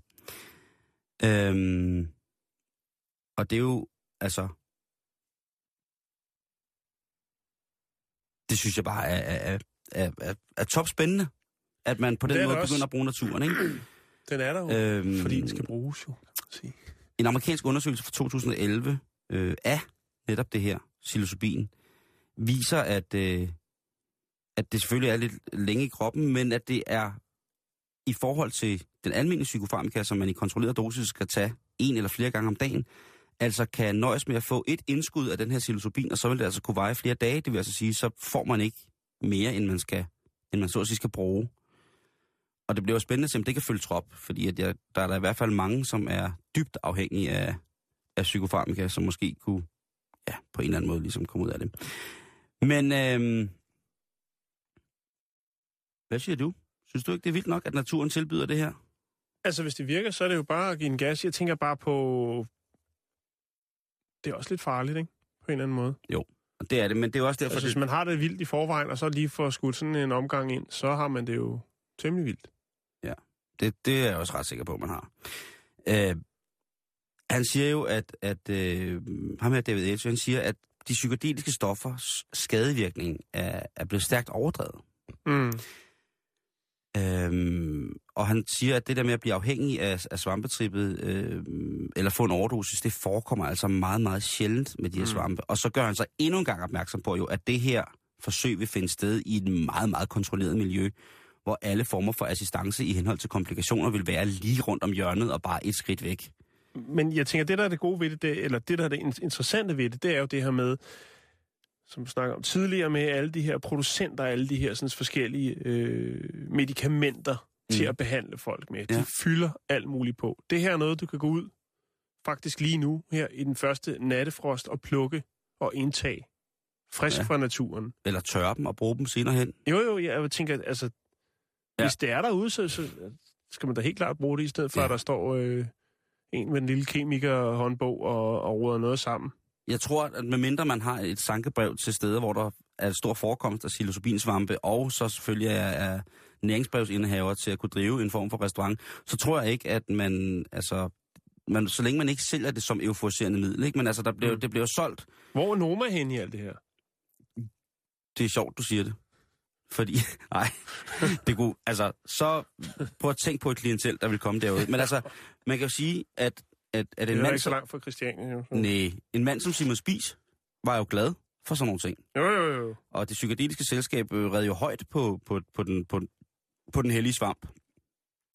Øhm, og det er jo, altså... Det synes jeg bare er, er, er, er, er topspændende, at man på den måde også begynder at bruge naturen, ikke? Den er der jo, øhm, fordi den skal bruges jo, kan man sige. En amerikansk undersøgelse fra to tusind og elleve øh, af netop det her, psilocybin, viser, at, øh, at det selvfølgelig er lidt længe i kroppen, men at det er i forhold til den almindelige psykofarmaka, som man i kontrolleret dosis skal tage en eller flere gange om dagen, altså kan nøjes med at få et indskud af den her psilocybin, og så vil det altså kunne veje flere dage. Det vil altså sige, så får man ikke mere, end man skal, end man så at sige skal bruge. Og det bliver jo spændende at se, om det kan følge trop, fordi at jeg, der er der i hvert fald mange, som er dybt afhængige af, af psykofarmaka, som måske kunne, ja, på en eller anden måde ligesom komme ud af det. Men, øhm, hvad siger du? Synes du ikke, det er vildt nok, at naturen tilbyder det her? Altså, hvis det virker, så er det jo bare at give en gas. Jeg tænker bare på... Det er også lidt farligt, ikke? På en eller anden måde. Jo, og det er det, men det er også derfor... Altså, det... hvis man har det vildt i forvejen, og så lige får skudt sådan en omgang ind, så har man det jo temmelig vildt. Ja, det, det er jeg også ret sikker på, at man har. Øh, han siger jo, at, at øh, ham her, David Eritsø, han siger, at de psykedeliske stoffers skadevirkning er, er blevet stærkt overdrevet. Mm. Øhm, og han siger, at det der med at blive afhængig af, af svampetrippet, øh, eller få en overdosis, det forekommer altså meget, meget sjældent med de her svampe. Mm. Og så gør han sig endnu en gang opmærksom på, jo, at det her forsøg vil finde sted i et meget, meget kontrolleret miljø, hvor alle former for assistance i henhold til komplikationer vil være lige rundt om hjørnet og bare et skridt væk. Men jeg tænker, det der er det gode ved det, det eller det der er det interessante ved det, det er jo det her med, som vi snakker om tidligere, med alle de her producenter, alle de her sådan, forskellige øh, medicamenter mm. til at behandle folk med. De ja. fylder alt muligt på. Det her er noget, du kan gå ud faktisk lige nu, her i den første nattefrost, og plukke og indtage frisk ja. fra naturen. Eller tørre dem og bruge dem senere hen. Jo, jo, jeg tænker, altså, ja. hvis det er derude, så, så skal man da helt klart bruge det, i stedet for, ja. at der står øh, en med en lille kemiker-håndbog og, og råder noget sammen. Jeg tror, at medmindre man har et sankebrev til steder, hvor der er et stor forekomst af psilocybinsvampe, og så selvfølgelig er, er næringsbrevsindehaver til at kunne drive en form for restaurant, så tror jeg ikke, at man, altså, man, så længe man ikke sælger det som euforiserende middel, ikke? Men altså, der bliver, mm. det bliver solgt. Hvor er Noma henne i alt det her? Det er sjovt, du siger det. Fordi, nej, det kunne, altså, så prøv at tænke på et klientel, der vil komme derude. Men altså, man kan jo sige, at At, at en det er mand, ikke så langt fra Christiania. Jo. Nej, en mand som Simon Spies var jo glad for sådan nogle ting. Jo, jo, jo. Og det psykedeliske selskab red jo højt på, på, på, den, på, på den hellige svamp.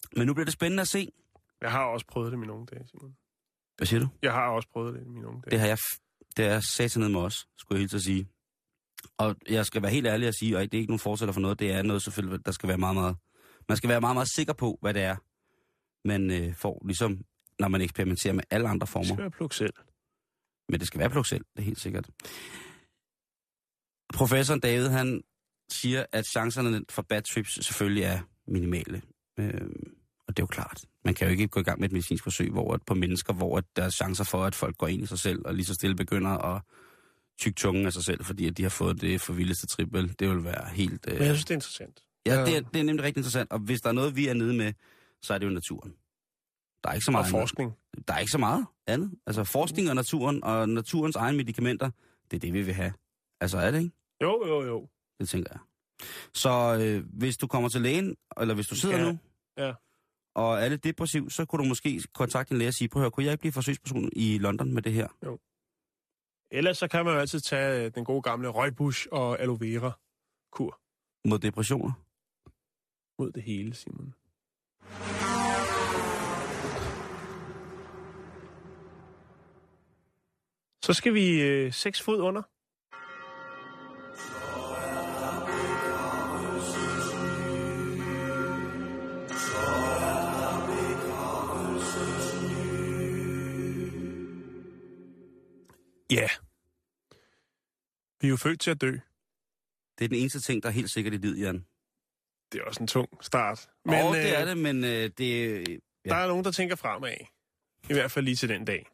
Men nu bliver det spændende at se. Jeg har også prøvet det i mine unge dage, Simon. Hvad siger du? Jeg har også prøvet det i mine unge dage. Det har jeg, det er satanet med os, skulle jeg helt til at sige. Og jeg skal være helt ærlig at sige, og det er ikke nogen fortæller for noget, det er noget selvfølgelig, der skal være meget, meget... Man skal være meget, meget sikker på, hvad det er, man øh, får, ligesom når man eksperimenterer med alle andre former. Det skal være pluk selv. Men det skal være pluk selv, det er helt sikkert. Professoren David, han siger, at chancerne for bad trips selvfølgelig er minimale. Øh, og det er jo klart. Man kan jo ikke gå i gang med et medicinsk forsøg hvor, at på mennesker, hvor at der er chancer for, at folk går ind i sig selv, og lige så stille begynder at tykke tungen af sig selv, fordi at de har fået det for vildeste trippel. Det vil være helt... Øh... Men jeg synes, det er interessant. Ja, det er, det er nemlig rigtig interessant. Og hvis der er noget, vi er nede med, så er det jo naturen. Der er ikke så meget og forskning. Andet. Der er ikke så meget andet. Altså forskning og naturen, og naturens egne medicamenter, det er det, vi vil have. Altså er det, ikke? Jo, jo, jo. Det tænker jeg. Så øh, hvis du kommer til lægen, eller hvis du sidder ja. nu, ja. og er lidt depressiv, så kunne du måske kontakte en læge og sige, prøv at høre, kunne jeg ikke blive forsøgsperson i London med det her? Jo. Ellers så kan man jo altid tage den gode gamle røgbush og aloe vera kur. Mod depressioner? Mod det hele, Simon. Så skal vi øh, seks fod under. Ja. Yeah. Vi er jo født til at dø. Det er den eneste ting, der er helt sikkert i livet, Jan. Det er også en tung start. Men, Åh, det er det, men øh, det... Ja. Der er nogen, der tænker fremad. I hvert fald lige til den dag.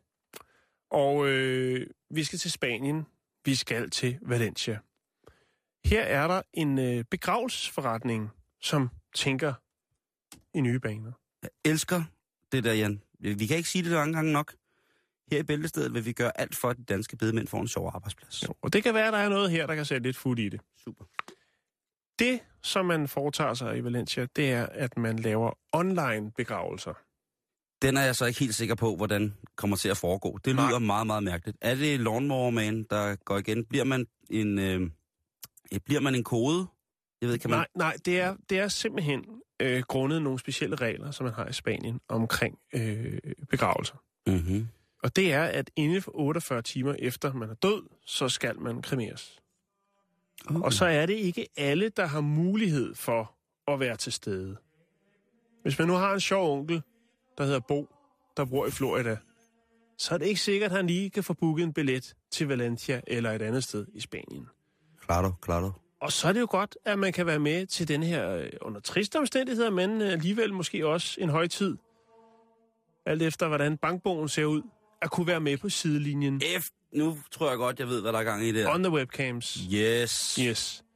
Og øh, vi skal til Spanien. Vi skal til Valencia. Her er der en øh, begravelsesforretning, som tænker i nye baner. Jeg elsker det der, Jan. Vi kan ikke sige det mange gange nok. Her i Bæltestedet vil vi gøre alt for, at de danske bedemænd får en sjov arbejdsplads. Jo, og det kan være, at der er noget her, der kan sætte lidt fod i det. Super. Det, som man foretager sig i Valencia, det er, at man laver online begravelser. Den er jeg så ikke helt sikker på, hvordan kommer til at foregå. Det lyder Nej. meget, meget mærkeligt. Er det Lawnmower Man, der går igen? Bliver man en, øh, bliver man en kode? Jeg ved, kan man... Nej, nej det, er, det er simpelthen øh, grundet nogle specielle regler, som man har i Spanien omkring øh, begravelser. Mm-hmm. Og det er, at inden for otteogfyrre timer efter man er død, så skal man kremeres. Okay. Og så er det ikke alle, der har mulighed for at være til stede. Hvis man nu har en sjov onkel, der hedder Bo, der bor i Florida, så er det ikke sikkert, at han lige kan få booket en billet til Valencia eller et andet sted i Spanien. Klart, klart. Og så er det jo godt, at man kan være med til den her under triste omstændigheder, men alligevel måske også en højtid. Alt efter, hvordan bankbogen ser ud, at kunne være med på sidelinjen. F, nu tror jeg godt, jeg ved, hvad der er gang i det her. On the webcams. Yes. Yes.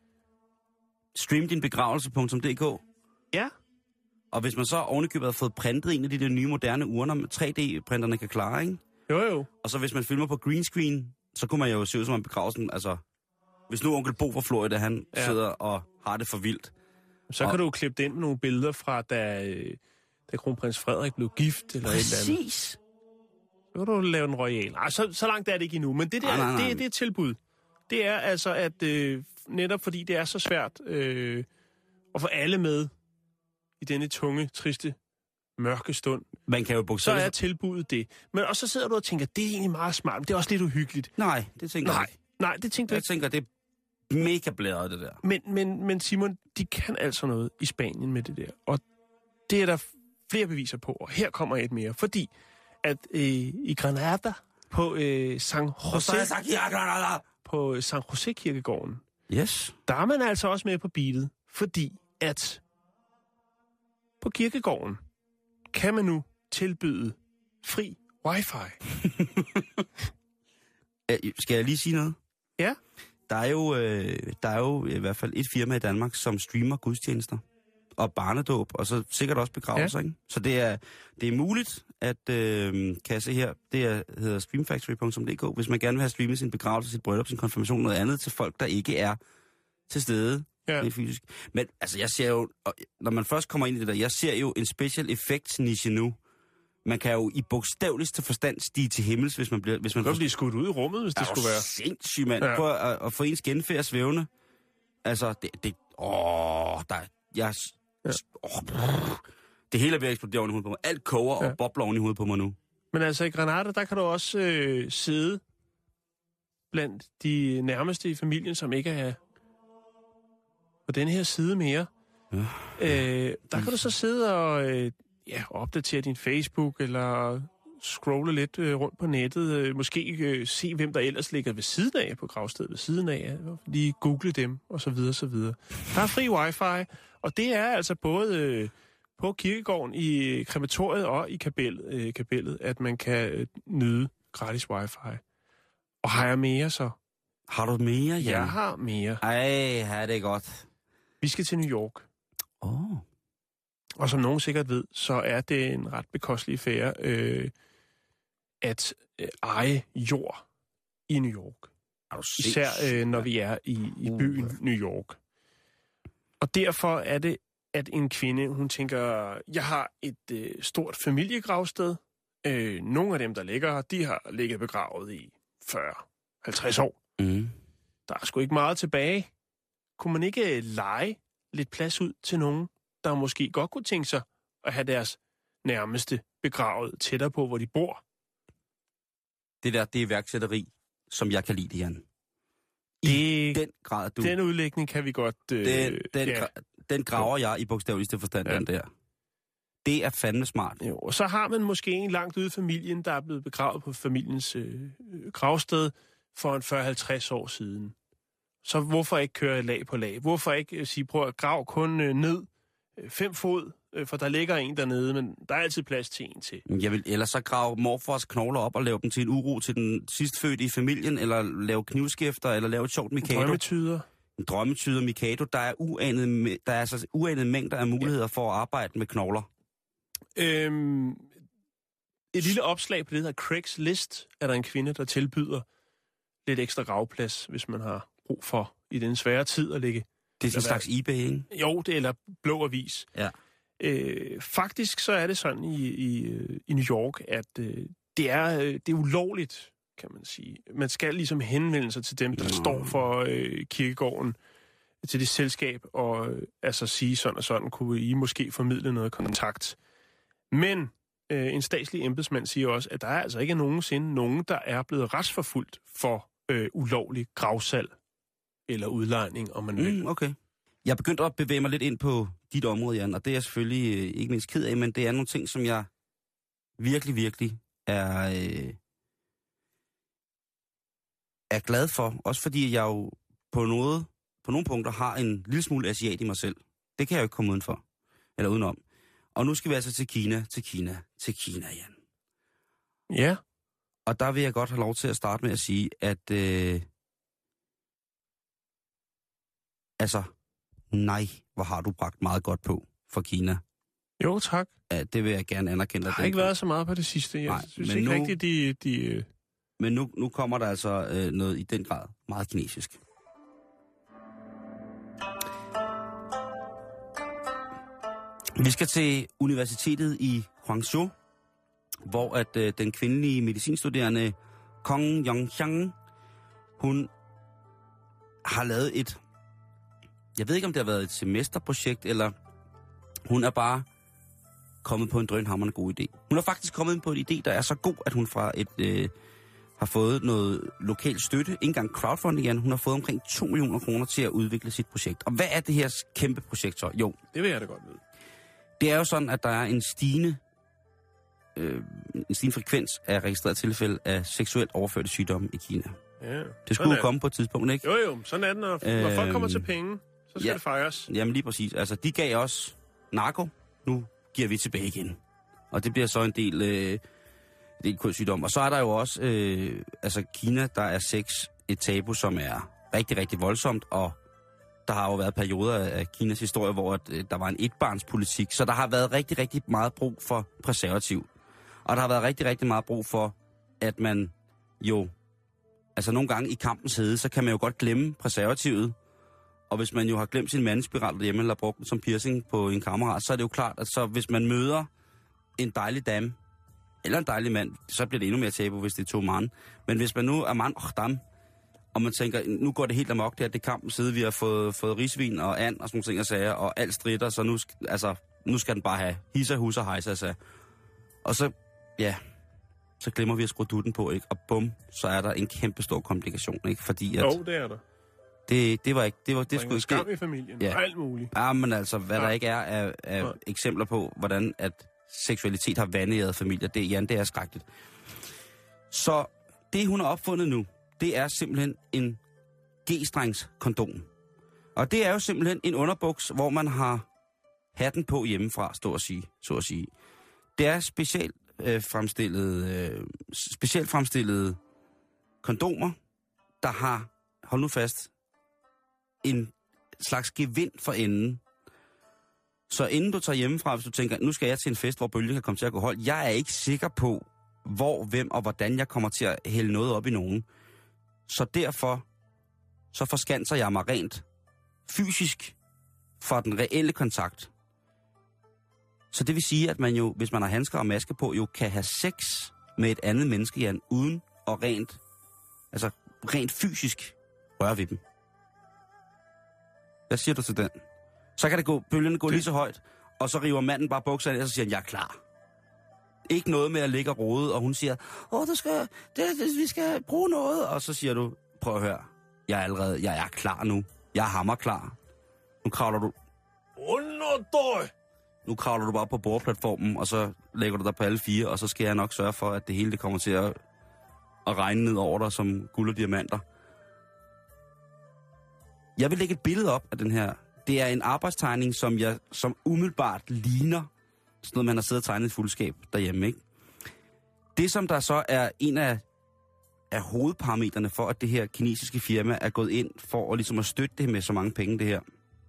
Stream din begravelse punktum d k. Ja. Og hvis man så ovenikøbet har fået printet en af de der nye moderne urner, tre D-printerne kan klare, ikke? Jo, jo. Og så hvis man filmer på green screen, så kunne man jo se ud som en begravelsen, altså... Hvis nu onkel Bo fra Florida, han ja. sidder og har det for vildt. Så og... kan du klippe det ind med nogle billeder fra, da, da kronprins Frederik blev gift, eller Præcis. et eller andet. Præcis. Så kan du lave en royal. Ej, så, så langt er det ikke endnu, men det der, nej, nej, nej. Det, det er et tilbud. Det er altså, at øh, netop fordi det er så svært øh, at få alle med i denne tunge, triste, mørke stund, man kan jo så er tilbuddet det. Men og så sidder du og tænker, det er egentlig meget smart, men det er også lidt uhyggeligt. Nej, det tænker nej, jeg ikke. Nej, det tænker jeg ikke. Jeg tænker, det er mega blæret, det der. Men, men, men Simon, de kan altså noget i Spanien med det der. Og det er der flere beviser på. Og her kommer et mere. Fordi at øh, i Granada på øh, San José... på San José kirkegården. Yes. Der er man altså også med på beatet. Fordi at på kirkegården kan man nu tilbyde fri wifi. Skal jeg lige sige noget? Ja. Der er jo, øh, der er jo i hvert fald et firma i Danmark, som streamer gudstjenester og barnedåb, og så sikkert også begravelser, ja. Ikke? Så det er, det er muligt, at, øh, kan jeg se her, det er, hedder streamfactory punktum d k, hvis man gerne vil have streamet sin begravelse, sit bryllup, sin konfirmation, noget andet til folk, der ikke er til stede. Ja. Fysisk. Men altså, jeg ser jo, når man først kommer ind i det der, jeg ser jo en special effects niche nu. Man kan jo i bogstaveligste forstand stige til himmels, hvis man bliver... Hvis man kan blive skudt ud i rummet, hvis det skulle være. Sindssygt, mand. Ja. Prøv at, at få ens genfærd svævende. Altså, det... det åh, der... Jeg... Ja. Åh, Det hele er ved at eksplodere oven i hovedet på mig. Alt koger ja. og bobler oven i hovedet på mig nu. Men altså i Granada, der kan du også øh, sidde blandt de nærmeste i familien, som ikke er på den her side mere. Ja. Øh, der kan du så sidde og øh, ja, opdatere din Facebook, eller scrolle lidt øh, rundt på nettet. Øh, måske øh, se, hvem der ellers ligger ved siden af på gravstedet ved siden af. Lige google dem, og så videre, så videre. Der er fri wifi, og det er altså både øh, på kirkegården, i krematoriet og i kapellet, øh, kapellet at man kan øh, nyde gratis wifi. Og har jeg mere så? Har du mere, Jan? Jeg har mere. Ej, her er det godt. Vi skal til New York. Åh. Oh. Og som nogen sikkert ved, så er det en ret bekostelig affære øh, at øh, eje jord i New York. Især øh, når vi er i, i byen New York. Og derfor er det, at en kvinde, hun tænker, jeg har et øh, stort familiegravsted. Øh, nogle af dem, der ligger her, de har ligget begravet i fyrre til halvtreds år. Mm. Der er sgu ikke meget tilbage. Kunne man ikke leje lidt plads ud til nogen, der måske godt kunne tænke sig at have deres nærmeste begravet tættere på, hvor de bor? Det der, det er iværksætteri, som jeg kan lide det, Jan. I det, den grad, du... Den udlægning kan vi godt... Øh, den, den, ja. den graver jeg i bogstaveligste forstand, ja. Den der. Det er fandme smart. Jo, og så har man måske en langt ude i familien, der er blevet begravet på familiens øh, gravsted for en fyrre til halvtreds år siden. Så hvorfor ikke køre lag på lag? Hvorfor ikke øh, sige, prøv at grave kun øh, ned øh, fem fod, øh, for der ligger en dernede, men der er altid plads til en til. Jeg vil ellers så grave morfars knogler op og lave dem til en uro til den sidstfødte i familien, eller lave knivskæfter, eller lave et sjovt mikado. Drømmetyder. En drømmetyder mikado. Der er uanede, der er altså uanede mængder af muligheder ja. For at arbejde med knogler. Øhm, et lille opslag på det her Craigslist, er der en kvinde, der tilbyder lidt ekstra gravplads, hvis man har brug for i den svære tid at ligge. Det er en slags eBay, ikke? Jo, det er eller blå avis. Ja. Øh, faktisk så er det sådan i, i, i New York, at øh, det, er, det er ulovligt, kan man sige. Man skal ligesom henvende sig til dem, der Nå. står for øh, kirkegården, til det selskab, og øh, altså sige sådan og sådan, kunne I måske formidle noget kontakt. Men øh, en statslig embedsmand siger også, at der er altså ikke nogensinde nogen, der er blevet retsforfulgt for øh, ulovlig gravsalg eller udlejning, om man mm, vil. Okay. Jeg begyndte at bevæge mig lidt ind på dit område, Jan, og det er jeg selvfølgelig øh, ikke mindst ked af, men det er nogle ting, som jeg virkelig, virkelig er, øh, er glad for. Også fordi jeg jo på, noget, på nogle punkter har en lille smule asiat i mig selv. Det kan jeg jo ikke komme udenfor, eller udenom. Og nu skal vi altså til Kina, til Kina, til Kina, Jan. Ja. Og der vil jeg godt have lov til at starte med at sige, at øh, altså, nej, hvor har du bragt meget godt på for Kina. Jo, tak. Ja, det vil jeg gerne anerkende. Der har ikke været så meget på det sidste. Jeg nej, synes ikke nu, rigtigt, de... de men nu, nu kommer der altså øh, noget i den grad meget kinesisk. Vi skal til universitetet i Guangzhou, hvor at øh, den kvindelige medicinstuderende Kong Yongxiang, hun har lavet et, jeg ved ikke om det har været et semesterprojekt, eller hun er bare kommet på en drønhamrende god idé. Hun er faktisk kommet på en idé, der er så god, at hun fra et øh, har fået noget lokal støtte, ikke engang crowdfunding igen. Hun har fået omkring to millioner kroner til at udvikle sit projekt. Og hvad er det her kæmpe projekt så? Jo, det vil jeg da godt vide. Det er jo sådan, at der er en stigende, øh, en stigende frekvens af registrerede tilfælde af seksuelt overførte sygdomme i Kina. Ja, det skulle jo komme på et tidspunkt, ikke? Jo, jo, sådan er det, når, øh, når folk kommer til penge, så skal ja, det fejres. Jamen lige præcis. Altså, de gav os narko, nu giver vi tilbage igen. Og det bliver så en del, øh, del kulsygdom. Og så er der jo også, øh, altså Kina, der er sex et tabu, som er rigtig, rigtig voldsomt, og der har jo været perioder af Kinas historie, hvor øh, der var en etbarnspolitik, så der har været rigtig, rigtig meget brug for præservativ. Og der har været rigtig, rigtig meget brug for, at man jo, altså nogle gange i kampens hede, så kan man jo godt glemme præservativet. Og hvis man jo har glemt sin mandespiral derhjemme, eller brugt den som piercing på en kammerat, så er det jo klart, at så hvis man møder en dejlig dame, eller en dejlig mand, så bliver det endnu mere tabu, hvis det er to mand. Men hvis man nu er mand og dam, og man tænker, nu går det helt amok, det er det kampens side, vi har fået, fået risvin og and og sådan nogle ting og sager, og alt stritter, så nu, altså, nu skal den bare have hisse, husser, hejser, så. Og så, ja, så glemmer vi at skrue dutten på, ikke? Og bum, så er der en kæmpe stor komplikation, ikke? Fordi at... Jo, det er der. Det, det var ikke... Det, var, det skulle ikke skam ske. i familien, ja. Og alt muligt. Ja, men altså, hvad ja. der ikke er af, af ja. eksempler på, hvordan at seksualitet har vanderet familier, det, Jan, det er skrækkeligt. Så det, hun har opfundet nu, det er simpelthen en G-strengs kondom. Og det er jo simpelthen en underbuks, hvor man har hatten på hjemmefra, stå at sige, så at sige. Det er specielt øh, fremstillet, øh, specielt fremstillede kondomer, der har, hold nu fast, en slags gevind for enden. Så inden du tager hjemmefra, hvis du tænker, nu skal jeg til en fest, hvor bølgen kan komme til at gå hold, jeg er ikke sikker på, hvor, hvem og hvordan jeg kommer til at hælde noget op i nogen. Så derfor, så forskanser jeg mig rent fysisk fra den reelle kontakt. Så det vil sige, at man jo, hvis man har handsker og maske på, jo kan have sex med et andet menneske, Jan, uden at rent, altså rent fysisk røre ved dem. Hvad siger du til den? Så kan det gå, bølgerne gå lige så højt, og så river manden bare bukserne, og så siger han, jeg er klar. Ikke noget med at ligge og rode, og hun siger, åh, du skal, det, det, vi skal bruge noget. Og så siger du, prøv at høre, jeg er allerede, jeg er klar nu. Jeg er hammerklar. Nu kravler du... Underdøj! Nu kravler du bare på bordplatformen, og så lægger du dig på alle fire, og så skal jeg nok sørge for, at det hele det kommer til at, at regne ned over dig som guld og diamanter. Jeg vil lægge et billede op af den her. Det er en arbejdstegning, som jeg som umiddelbart ligner sådan noget, man har siddet og tegnet i fuldskab derhjemme, ikke? Det, som der så er en af, af hovedparametrene for, at det her kinesiske firma er gået ind for at, ligesom at støtte det med så mange penge, det her,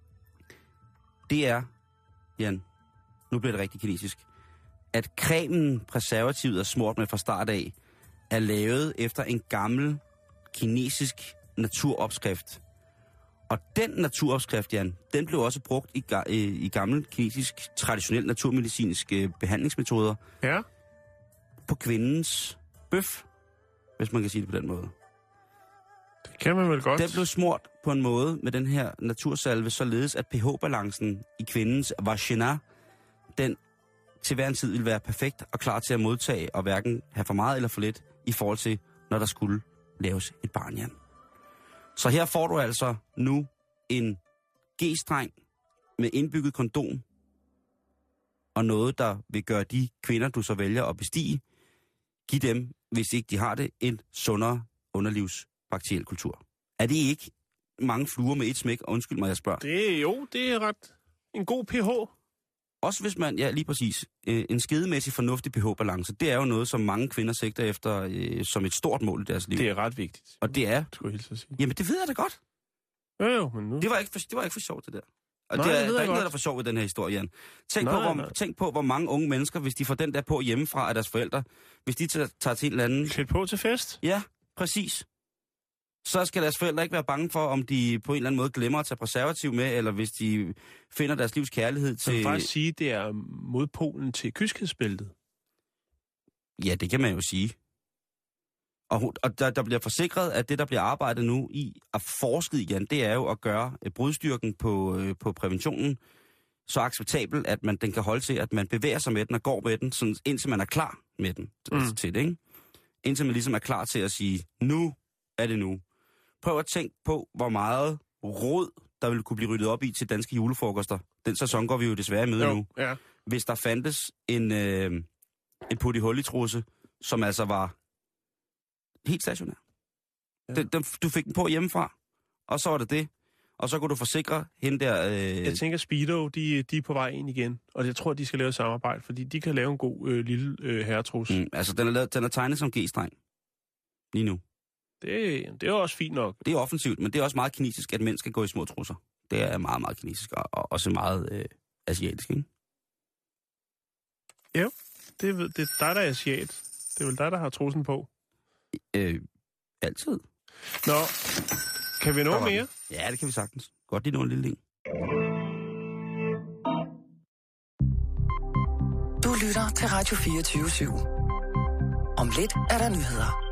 det er, Jan, nu bliver det rigtig kinesisk, at cremen, preservativet er smurt med fra start af, er lavet efter en gammel kinesisk naturopskrift. Og den naturopskrift, Jan, den blev også brugt i, ga- i gammel kinesisk, traditionel naturmedicinske behandlingsmetoder. Ja. På kvindens bøf, hvis man kan sige det på den måde. Det kan man vel godt. Den blev smurt på en måde med den her natursalve, således at pH-balancen i kvindens vagina, den til hver en tid ville være perfekt og klar til at modtage og hverken have for meget eller for lidt i forhold til, når der skulle laves et barn, Jan. Så her får du altså nu en G-streng med indbygget kondom, og noget, der vil gøre de kvinder, du så vælger at bestige, give dem, hvis ikke de har det, en sundere underlivsbakteriel kultur. Er det ikke mange fluer med et smæk? Undskyld mig, jeg spørger. Det er jo, det er ret en god pH. Også hvis man, ja lige præcis, øh, en skedemæssig fornuftig pH-balance, det er jo noget, som mange kvinder sigter efter øh, som et stort mål i deres liv. Det er ret vigtigt. Og det er... Skulle jeg hilse at sige. Jamen det ved jeg da godt. Jo jo, men nu... Det var ikke for, det var ikke for sjovt, det der. Og Nej, det er, det der er ikke godt. noget, der er for sjovt ved den her historie, Jan. Tænk, Nej, på, hvor, nej. tænk på, hvor mange unge mennesker, hvis de får den der på hjemmefra af deres forældre, hvis de tager, tager til en eller anden... Klædt på til fest? Ja, præcis. Så skal deres forældre ikke være bange for, om de på en eller anden måde glemmer at tage preservativ med, eller hvis de finder deres livs kærlighed til... Så man faktisk sige, det er modpolen til kyskhedsbæltet. Ja, det kan man jo sige. Og, hun- og der, der bliver forsikret, at det, der bliver arbejdet nu i at forske igen, det er jo at gøre øh, brudstyrken på, øh, på præventionen så acceptabel, at man den kan holde til, at man bevæger sig med den og går med den, sådan, indtil man er klar med den mm. til det, ikke? Indtil man ligesom er klar til at sige, nu er det nu. Prøv at tænke på, hvor meget rod, der ville kunne blive ryddet op i til danske julefrokoster. Den sæson går vi jo desværre i møde Jo, nu. ja. Hvis der fandtes en, øh, en putti hul i trusse, som altså var helt stationær. Ja. Den, den, du fik den på hjemmefra, og så var det det. Og så kunne du forsikre hende der... Øh, Jeg tænker, Speedo, de, de er på vej ind igen. Og jeg tror, de skal lave et samarbejde, fordi de kan lave en god øh, lille øh, herretrus. mm, altså, den er, lavet, den er tegnet som G-streng. Lige nu. Det, det er også fint nok. Det er offensivt, men det er også meget kinesisk, at mænd skal gå i små trusser. Det er meget, meget kinesisk, og, og også meget øh, asiatisk, ikke? Jo, det, ved- det er dig, der er asiat. Det er vel dig, der har trussen på. Øh, altid. Nå, kan vi nå Der var mere? den. Ja, det kan vi sagtens. Godt lige nå en lille ting. Du lytter til Radio fireogtyve syv. Om lidt er der nyheder.